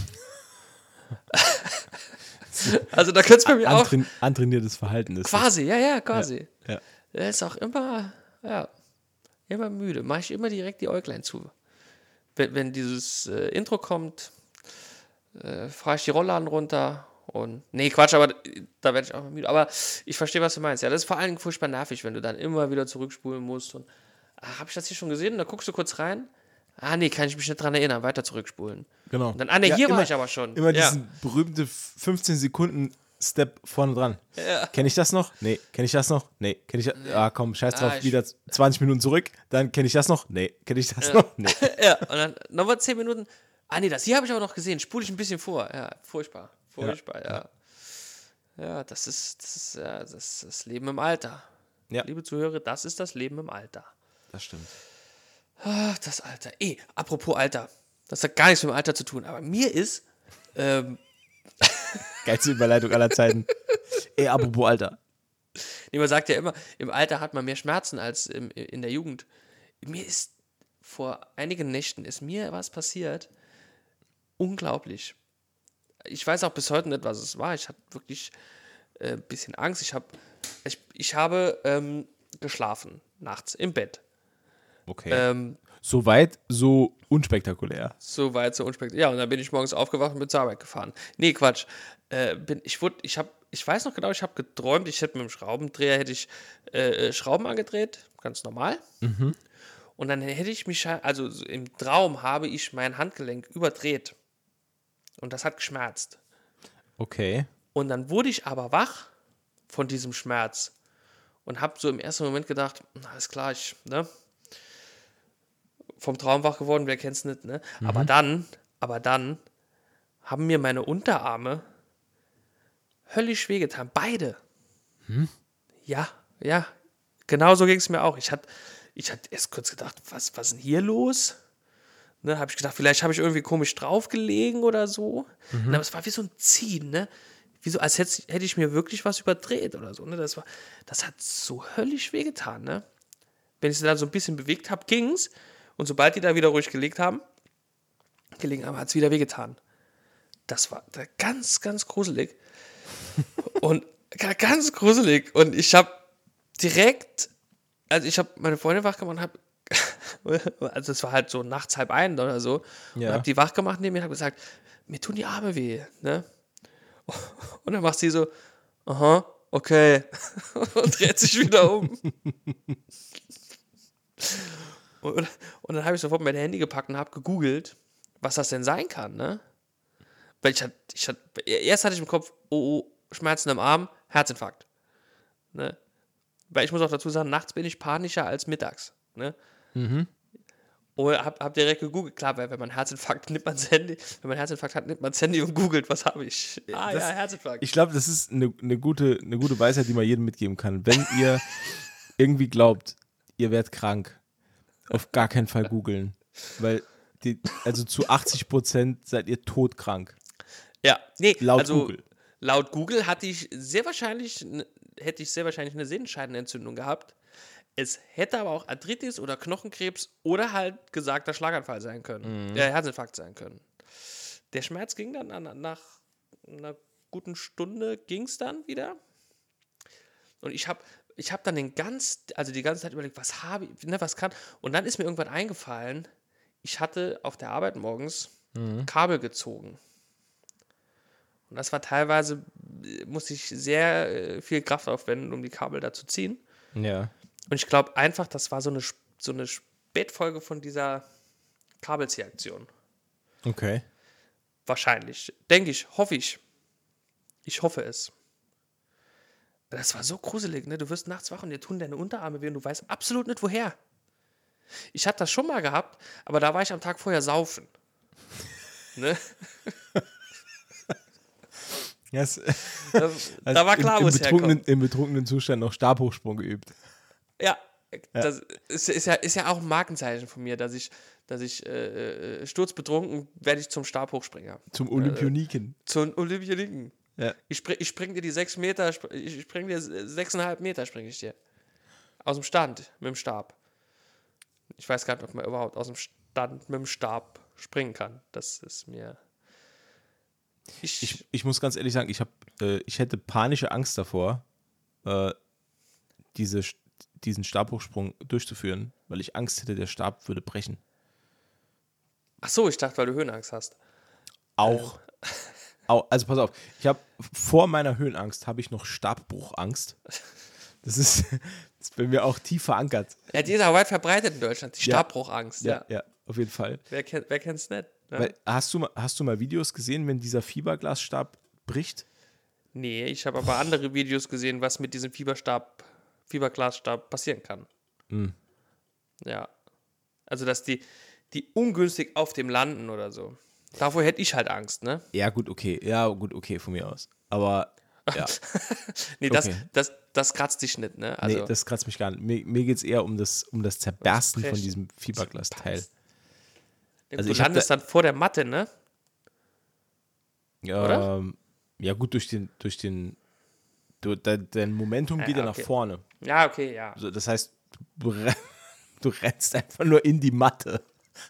Also da könnte es bei mir auch. Antrain antrainiertes Verhalten ist Quasi, ja, ja, quasi. das. Ja. Er ist auch immer, ja, immer müde. Mache ich immer direkt die Äuglein zu. Wenn, wenn dieses äh, Intro kommt, äh, fahre ich die Rollladen runter und. Nee, Quatsch, aber da werde ich auch mal müde. Aber ich verstehe, was du meinst. Ja, das ist vor allen Dingen furchtbar nervig, wenn du dann immer wieder zurückspulen musst. Und ah, habe ich das hier schon gesehen? Und da guckst du kurz rein. Ah, nee, kann ich mich nicht dran erinnern. Weiter zurückspulen. Genau. Und dann, ah, nee, Ja, hier immer, war ich aber schon. Immer ja. diesen berühmte fünfzehn Sekunden Step vorne dran. Ja. Kenne ich das noch? Nee. Kenne ich das noch? Nee. Kenne ich das? Nee. Ah, komm, scheiß drauf. Ah, ich- Wieder zwanzig Minuten zurück. Dann kenne ich das noch? Nee. Kenne ich das Ja. noch? Nee. Ja, und dann nochmal zehn Minuten. Ah, nee, das hier habe ich aber noch gesehen. Spule ich ein bisschen vor. Ja, furchtbar. Furchtbar, ja. Ja, ja das, ist, das ist ja das, ist das Leben im Alter. Ja. Liebe Zuhörer, das ist das Leben im Alter. Das stimmt. Ach, das Alter. Eh, apropos Alter. Das hat gar nichts mit dem Alter zu tun. Aber mir ist. Ähm, Geilste Überleitung aller Zeiten. Ey, apropos Alter. nee, man sagt ja immer, im Alter hat man mehr Schmerzen als im, in der Jugend. Mir ist vor einigen Nächten ist mir was passiert. Unglaublich. Ich weiß auch bis heute nicht, was es war. Ich hatte wirklich äh, ein bisschen Angst. Ich, hab, ich, ich habe ähm, geschlafen, nachts, im Bett. Okay. Ähm, so weit, so unspektakulär. so weit, so unspektakulär. Ja, und dann bin ich morgens aufgewacht und bin zur Arbeit gefahren. Nee, Quatsch. Äh, bin, ich wurde, ich habe, ich weiß noch genau, ich habe geträumt, ich hätte mit dem Schraubendreher hätte ich äh, Schrauben angedreht, ganz normal. Mhm. Und dann hätte ich mich, also so im Traum habe ich mein Handgelenk überdreht. Und das hat geschmerzt. Okay. Und dann wurde ich aber wach von diesem Schmerz und habe so im ersten Moment gedacht, na, alles klar, ich, ne, vom Traum wach geworden, wer kennt's nicht, ne? Mhm. Aber dann, aber dann haben mir meine Unterarme höllisch wehgetan, beide. Hm? Ja, ja, genau so ging es mir auch. Ich hatte ich hatte erst kurz gedacht, was, was ist denn hier los? Ne, habe ich gedacht, vielleicht habe ich irgendwie komisch draufgelegen oder so. Mhm. Aber es war wie so ein Ziehen, ne? Wie so, als hätte, hätte ich mir wirklich was überdreht oder so. Ne? Das, war, das hat so höllisch wehgetan, ne? Wenn ich sie dann so ein bisschen bewegt habe, ging's. Und sobald die da wieder ruhig gelegt haben, gelegen haben, hat es wieder wehgetan. Das war ganz, ganz gruselig. Und ganz gruselig. Und ich habe direkt, also ich habe meine Freundin wach gemacht und habe, also es war halt so nachts halb ein oder so, Ja. und habe die wach gemacht neben mir und habe gesagt, mir tun die Arme weh, ne? Und dann macht sie so, aha, okay, und dreht sich wieder um. und, und dann habe ich sofort mein Handy gepackt und habe gegoogelt, was das denn sein kann, ne? Weil ich hatte, ich hatte, erst hatte ich im Kopf, oh, oh, Schmerzen im Arm, Herzinfarkt, ne? Weil ich muss auch dazu sagen, nachts bin ich panischer als mittags, ne? Mhm. Oder hab, hab direkt gegoogelt. Klar, weil wenn man Herzinfarkt nimmt man das Handy, wenn man Herzinfarkt hat, nimmt man das Handy und googelt, was habe ich? Ah das, ja, Herzinfarkt. Ich glaube, das ist eine, eine, gute, eine gute Weisheit, die man jedem mitgeben kann. Wenn ihr irgendwie glaubt, ihr werdet krank, auf gar keinen Fall googeln. Weil, die, also zu achtzig Prozent seid ihr todkrank. Ja, nee, laut also Google. Laut Google hatte ich sehr wahrscheinlich, hätte ich sehr wahrscheinlich eine Sehenscheidenentzündung gehabt. Es hätte aber auch Arthritis oder Knochenkrebs oder halt gesagter Schlaganfall sein können, mhm. äh, Herzinfarkt sein können. Der Schmerz ging dann an, nach einer guten Stunde ging es dann wieder. Und ich habe, ich habe dann den ganz, also die ganze Zeit überlegt, was habe ich, ne, was kann. Und dann ist mir irgendwann eingefallen, ich hatte auf der Arbeit morgens Mhm. Kabel gezogen. Und das war teilweise, äh, musste ich sehr äh, viel Kraft aufwenden, um die Kabel da zu ziehen. Ja. Und ich glaube einfach, das war so eine, Sp- so eine Spätfolge von dieser Kabelziehaktion. Okay. Wahrscheinlich. Denke ich, hoffe ich. Ich hoffe es. Das war so gruselig, ne? Du wirst nachts wach und dir tun deine Unterarme weh und du weißt absolut nicht, woher. Ich hatte das schon mal gehabt, aber da war ich am Tag vorher saufen. Ne? Yes. Da, da war klar, im, wo im es betrunkenen, herkommt. Im betrunkenen Zustand noch Stabhochsprung geübt. Ja, das ist, ist, ja, ist ja auch ein Markenzeichen von mir, dass ich, dass ich äh, äh, sturzbetrunken werde ich zum Stabhochspringer. Zum Olympioniken. Zum Olympioniken. Ja. Ich, spring, ich spring dir die sechs Meter, sp- ich spring dir sechseinhalb Meter, springe ich dir. Aus dem Stand, mit dem Stab. Ich weiß gar nicht, ob man überhaupt aus dem Stand mit dem Stab springen kann. Das ist mir... Ich, Ich, ich muss ganz ehrlich sagen, ich, hab, äh, ich hätte panische Angst davor, äh, diese, diesen Stabhochsprung durchzuführen, weil ich Angst hätte, der Stab würde brechen. ach so, ich dachte, weil du Höhenangst hast. Auch. Au, also pass auf, ich habe vor meiner Höhenangst habe ich noch Stabbruchangst. Das ist, das ist bei mir auch tief verankert. Ja, die ist auch weit verbreitet in Deutschland, die Ja. Stabbruchangst. Ja, Ja, ja, auf jeden Fall. Wer, kennt, wer kennt's nicht? Ne? Weil, hast, du mal, hast du mal Videos gesehen, wenn dieser Fiberglasstab bricht? Nee, ich habe aber andere Videos gesehen, was mit diesem Fieberstab, Fiberglasstab passieren kann. Mhm. Ja. Also, dass die, die ungünstig auf dem landen oder so. Davor hätte ich halt Angst, ne? Ja, gut, okay. Ja, gut, okay, von mir aus. Aber, ja. Nee, das, Okay. das, das kratzt dich nicht, ne? Also, nee, das kratzt mich gar nicht. Mir, mir geht es eher um das, um das Zerbersten Das von Brechen. diesem Fiberglasteil. du also ich hab landest dann vor der Matte, ne? Oder? Ähm, ja, gut, durch den, durch den, du, de, dein Momentum geht ja, Ja, nach okay. vorne. Ja, okay, ja. Also, das heißt, du, ren- du rennst einfach nur in die Matte.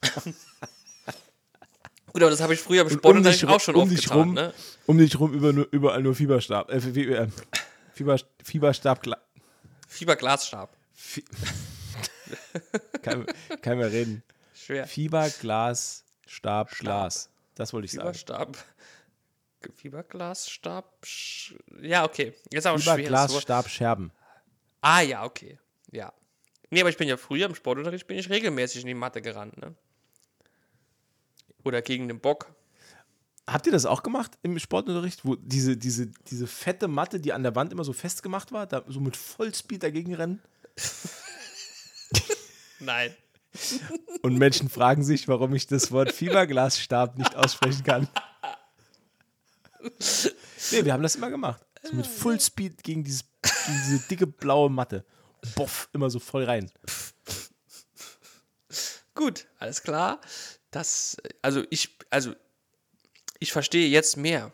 Gut, aber das habe ich früher im Und um Sportunterricht dich, auch schon um oft dich getan, rum, ne? um dich rum über, nur- überall nur Fieberstab. Äh, Fie- äh, Fieber, Fieberstab. Gla- Fieberglasstab. Fi- kann, kann mehr reden. Schwer. Fieberglas, Stab, Glas. Das wollte ich sagen. Fieberstab. Fieberglasstab. Sch- Ja, okay. Jetzt auch ein schweres Fieberglas, Wort. Stab, Scherben. Ah, ja, okay. Ja. Nee, aber ich bin ja früher im Sportunterricht bin ich regelmäßig in die Matte gerannt, ne? Oder gegen den Bock. Habt ihr das auch gemacht im Sportunterricht, wo diese, diese, diese fette Matte, die an der Wand immer so festgemacht war, da so mit Vollspeed dagegen rennen? Nein. Und Menschen fragen sich, warum ich das Wort Fieberglasstab nicht aussprechen kann. Nee, wir haben das immer gemacht. So mit Fullspeed gegen, dieses, gegen diese dicke blaue Matte. Boff, immer so voll rein. Gut, alles klar. Das, also ich, also ich verstehe jetzt mehr.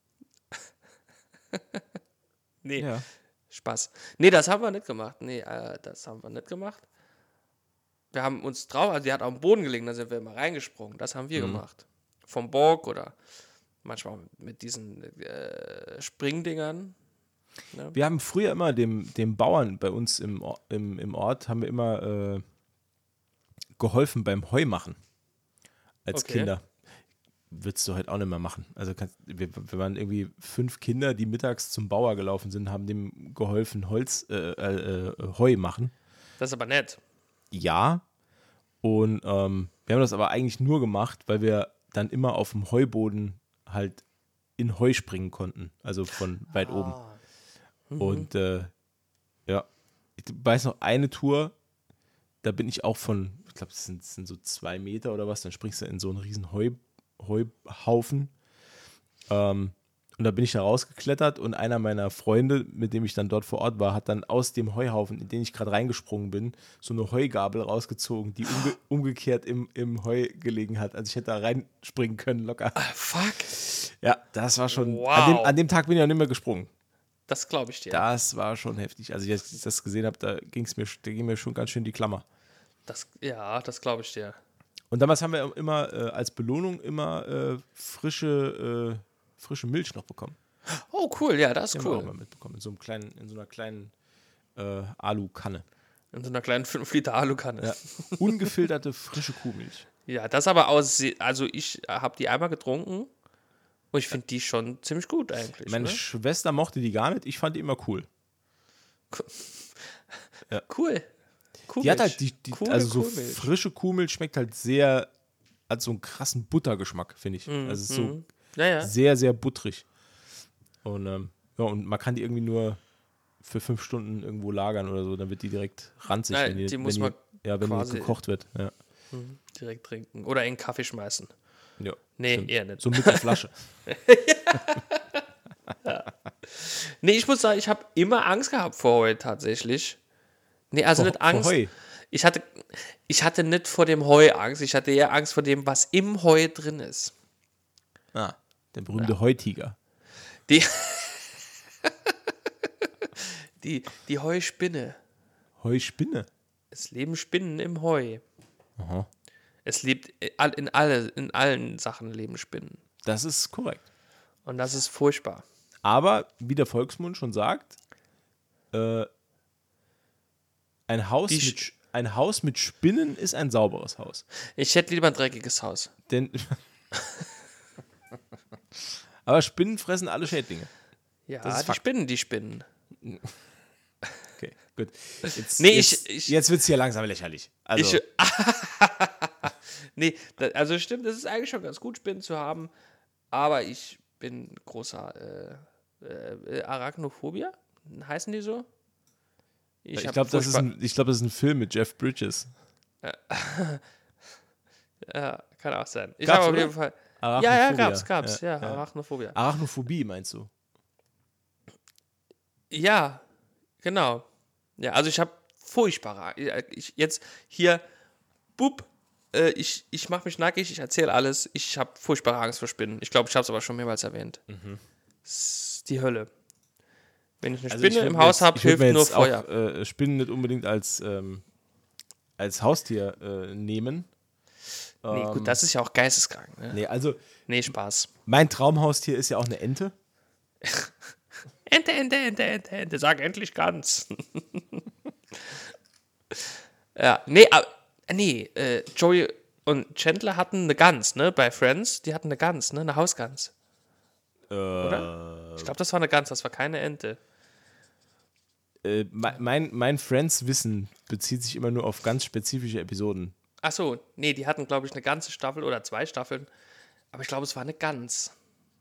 Nee, Ja. Spaß. Nee, das haben wir nicht gemacht. Nee, äh, das haben wir nicht gemacht. Wir haben uns drauf, also die hat auf dem Boden gelegen, da sind wir immer reingesprungen. Das haben wir gemacht. Vom Bock oder manchmal mit diesen äh, Springdingern. Wir haben früher immer dem, dem Bauern bei uns im, Or- im, im Ort, haben wir immer äh, geholfen beim Heumachen. Als Okay. Kinder. Würdest du heute auch nicht mehr machen. Also kannst, wir, wir waren irgendwie fünf Kinder, die mittags zum Bauer gelaufen sind, haben dem geholfen, Holz, äh, äh, äh, Heu machen. Das ist aber nett. Ja. Und ähm, wir haben das aber eigentlich nur gemacht, weil wir dann immer auf dem Heuboden halt in Heu springen konnten. Also von weit oben. Und äh, ja, ich weiß noch eine Tour, da bin ich auch von, ich glaube, das sind, das sind so zwei Meter oder was, dann springst du in so einen riesen Heu, Heuhaufen. Ähm, und da bin ich da rausgeklettert und einer meiner Freunde, mit dem ich dann dort vor Ort war, hat dann aus dem Heuhaufen, in den ich gerade reingesprungen bin, so eine Heugabel rausgezogen, die umge umgekehrt im, im Heu gelegen hat. Also ich hätte da reinspringen können, locker. Fuck. Ja, das war schon, Wow. an, dem, an dem Tag bin ich auch nicht mehr gesprungen. Das glaube ich dir. Das war schon heftig. Also, als ich das gesehen habe, da ging's mir, da ging mir schon ganz schön die Klammer. Das, ja, das glaube ich dir. Und damals haben wir immer äh, als Belohnung immer äh, frische, äh, frische Milch noch bekommen. Oh, cool, ja, das Die ist haben wir auch cool. mal mitbekommen. In so, einem kleinen, in so einer kleinen äh, Alukanne. In so einer kleinen fünf Liter Alukanne. Ja. Ungefilterte frische Kuhmilch. Ja, das aber aus, also ich habe die einmal getrunken und ich finde die schon ziemlich gut eigentlich. Meine ne? Schwester mochte die gar nicht, ich fand die immer cool. Ja. Cool. Die hat halt, die, die, Coole also so Kuhmilch. frische Kuhmilch schmeckt halt sehr, hat so einen krassen Buttergeschmack, finde ich. Mm, also es ist so mm. ja, ja. sehr, sehr butterig. Und, ähm, ja, und man kann die irgendwie nur für fünf Stunden irgendwo lagern oder so, dann wird die direkt ranzig, Nein, wenn die, die wenn muss die, man ja, wenn die quasi- gekocht wird. Ja. Mhm. Direkt trinken. Oder in einen Kaffee schmeißen. Ja, Nee, stimmt. eher nicht. So mit der Flasche. Nee, ich muss sagen, ich habe immer Angst gehabt vor Heu tatsächlich. Nee, also Vor- nicht Angst. vor Heu. Ich hatte, ich hatte nicht vor dem Heu Angst, ich hatte eher Angst vor dem, was im Heu drin ist. Ah, der berühmte Heutiger. Die, die, die Heuspinne. Heuspinne. Es leben Spinnen im Heu. Aha. Es lebt in, alle, in allen Sachen leben Spinnen. Das ist korrekt. Und das ist furchtbar. Aber, wie der Volksmund schon sagt, äh, ein, Haus Die mit, Sch- Sch- ein Haus mit Spinnen ist ein sauberes Haus. Ich hätte lieber ein dreckiges Haus. Denn aber Spinnen fressen alle Schädlinge. Ja, Das ist die Fakt. Spinnen, die Spinnen. Okay, gut. Jetzt, Nee, jetzt, ich- ich- jetzt wird es hier langsam lächerlich. Also, Ich, nee, da, also stimmt, es ist eigentlich schon ganz gut, Spinnen zu haben, aber ich bin großer äh, äh, Arachnophobia, heißen die so? ich hab glaube, das, ist furchtbar- ein- ich glaub, das ist ein Film mit Jeff Bridges. Ja, kann auch sein. Ich Gab's, habe auf oder? jeden Fall. Ja, ja, Arachnophobia. gab's, gab's, ja, Ja, ja. Arachnophobia. Arachnophobie meinst du? Ja, genau. Ja, also ich habe furchtbare. Ich, jetzt hier, bup, äh, ich, ich mache mich nackig, ich erzähle alles. Ich habe furchtbare Angst vor Spinnen. Ich glaube, ich habe es aber schon mehrmals erwähnt. Das ist die Hölle. Wenn ich eine Also ich Spinne würd im mir Haus jetzt- habe, ich würd hilft mir nur jetzt auch, Feuer. Äh, Spinnen nicht unbedingt als, ähm, als Haustier äh, nehmen. Nee, Ähm, gut, das ist ja auch geisteskrank. Ne? Nee, also Nee, Spaß. mein Traumhaustier ist ja auch eine Ente. Ente, Ente, Ente, Ente, Ente, sag endlich ganz. Ja, nee, aber, nee, äh, Joey und Chandler hatten eine Gans, ne, bei Friends, die hatten eine Gans, ne, eine Hausgans. Oder? Ich glaube, das war eine Gans, das war keine Ente. Äh, mein, mein, mein Friends-Wissen bezieht sich immer nur auf ganz spezifische Episoden. Ach so, nee, die hatten, glaube ich, eine ganze Staffel oder zwei Staffeln, aber ich glaube, es war eine Gans.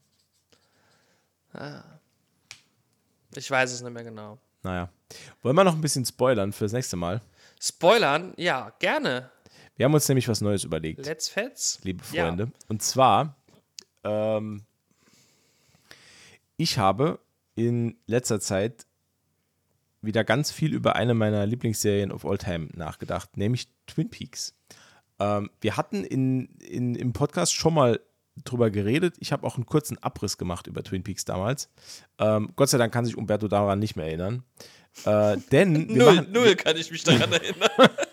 Ah. Ich weiß es nicht mehr genau. Naja. Wollen wir noch ein bisschen spoilern fürs nächste Mal? Spoilern? Ja, gerne. Wir haben uns nämlich was Neues überlegt, Let's Fets. liebe Ja. Freunde. Und zwar, ähm, ich habe in letzter Zeit wieder ganz viel über eine meiner Lieblingsserien of all time nachgedacht, nämlich Twin Peaks. Ähm, wir hatten in, in, im Podcast schon mal drüber geredet. Ich habe auch einen kurzen Abriss gemacht über Twin Peaks damals. Ähm, Gott sei Dank kann sich Umberto daran nicht mehr erinnern. Äh, denn wir Null, machen, null kann ich mich daran erinnern.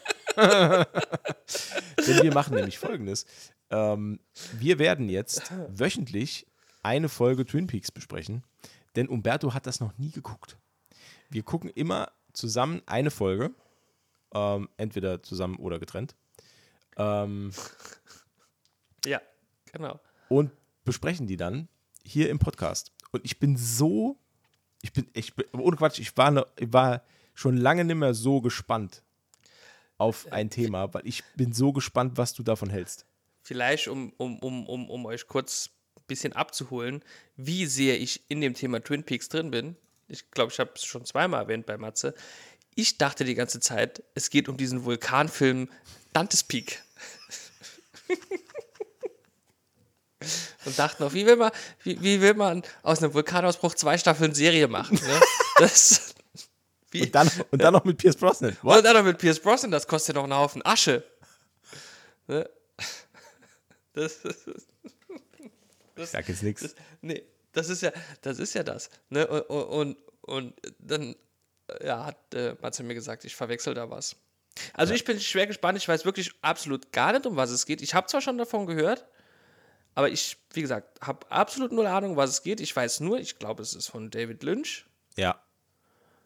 Denn wir machen nämlich Folgendes. Ähm, wir werden jetzt wöchentlich eine Folge Twin Peaks besprechen, denn Umberto hat das noch nie geguckt. Wir gucken immer zusammen eine Folge, ähm, entweder zusammen oder getrennt, ähm, Ja, genau. und besprechen die dann hier im Podcast. Und ich bin so, ich bin, ich bin ohne Quatsch, ich war, ne, ich war schon lange nicht mehr so gespannt auf ein Thema, weil ich bin so gespannt, was du davon hältst. Vielleicht, um, um, um, um, um euch kurz ein bisschen abzuholen, wie sehr ich in dem Thema Twin Peaks drin bin. Ich glaube, ich habe es schon zweimal erwähnt bei Matze. Ich dachte die ganze Zeit, es geht um diesen Vulkanfilm Dante's Peak. Und dachten noch, wie will man, wie, wie will man aus einem Vulkanausbruch zwei Staffeln Serie machen? Ne? Das, wie, Und dann, und dann noch mit Pierce Brosnan. und dann noch mit Pierce Brosnan, das kostet noch einen Haufen Asche. Ne? Das, Ich sag jetzt nichts. nee, das ist ja, das ist ja das. Ne? Und, und, und dann ja, hat äh, Matze mir gesagt, ich verwechsel da was. Also Ja. ich bin schwer gespannt, ich weiß wirklich absolut gar nicht, um was es geht. Ich habe zwar schon davon gehört, aber ich, wie gesagt, habe absolut null Ahnung, um was es geht. Ich weiß nur, ich glaube, es ist von David Lynch. Ja.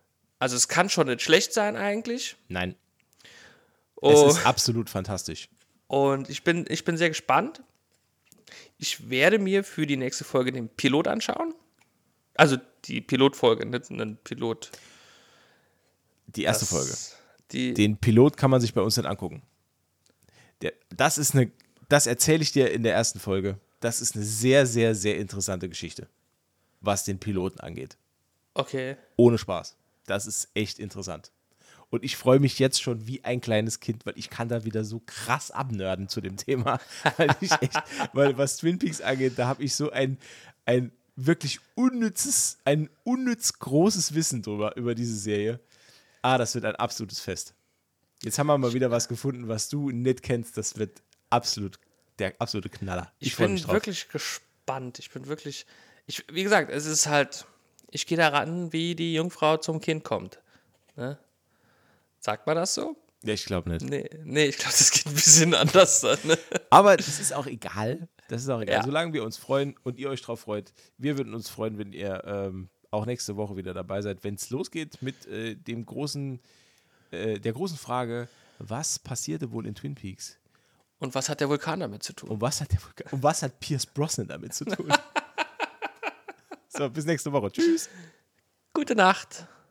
Also es kann schon nicht schlecht sein eigentlich. Nein. Oh, Es ist absolut fantastisch. und ich bin, ich bin sehr gespannt. Ich werde mir für die nächste Folge den Pilot anschauen. Also die Pilotfolge, nicht einen Pilot. Die erste Das- Folge. Die, Den Pilot kann man sich bei uns nicht angucken. Der, das ist eine, das erzähle ich dir in der ersten Folge. Das ist eine sehr, sehr, sehr interessante Geschichte, was den Piloten angeht. okay. Ohne Spaß. Das ist echt interessant. Und ich freue mich jetzt schon wie ein kleines Kind, weil ich kann da wieder so krass abnörden zu dem Thema. Weil ich echt, weil was Twin Peaks angeht, da habe ich so ein, ein wirklich unnützes, ein unnütz großes Wissen drüber, über diese Serie. Ah, das wird ein absolutes Fest. Jetzt haben wir mal wieder was gefunden, was du nicht kennst. Das wird absolut der absolute Knaller. Ich, Ich, freue bin mich drauf. wirklich gespannt. Ich bin wirklich, ich, wie gesagt, es ist halt, ich gehe daran, wie die Jungfrau zum Kind kommt. Ne? Sagt man das so? Ja, ich glaube nicht. Nee, nee, ich glaube, das geht ein bisschen anders. Ne? Aber das ist auch egal. Das ist auch egal. Ja. Solange wir uns freuen und ihr euch drauf freut. Wir würden uns freuen, wenn ihr ähm, auch nächste Woche wieder dabei seid, wenn es losgeht mit äh, dem großen, äh, der großen Frage, was passierte wohl in Twin Peaks? Und was hat der Vulkan damit zu tun? Und was hat, der, und was hat Pierce Brosnan damit zu tun? So, bis nächste Woche. Tschüss. Gute Nacht.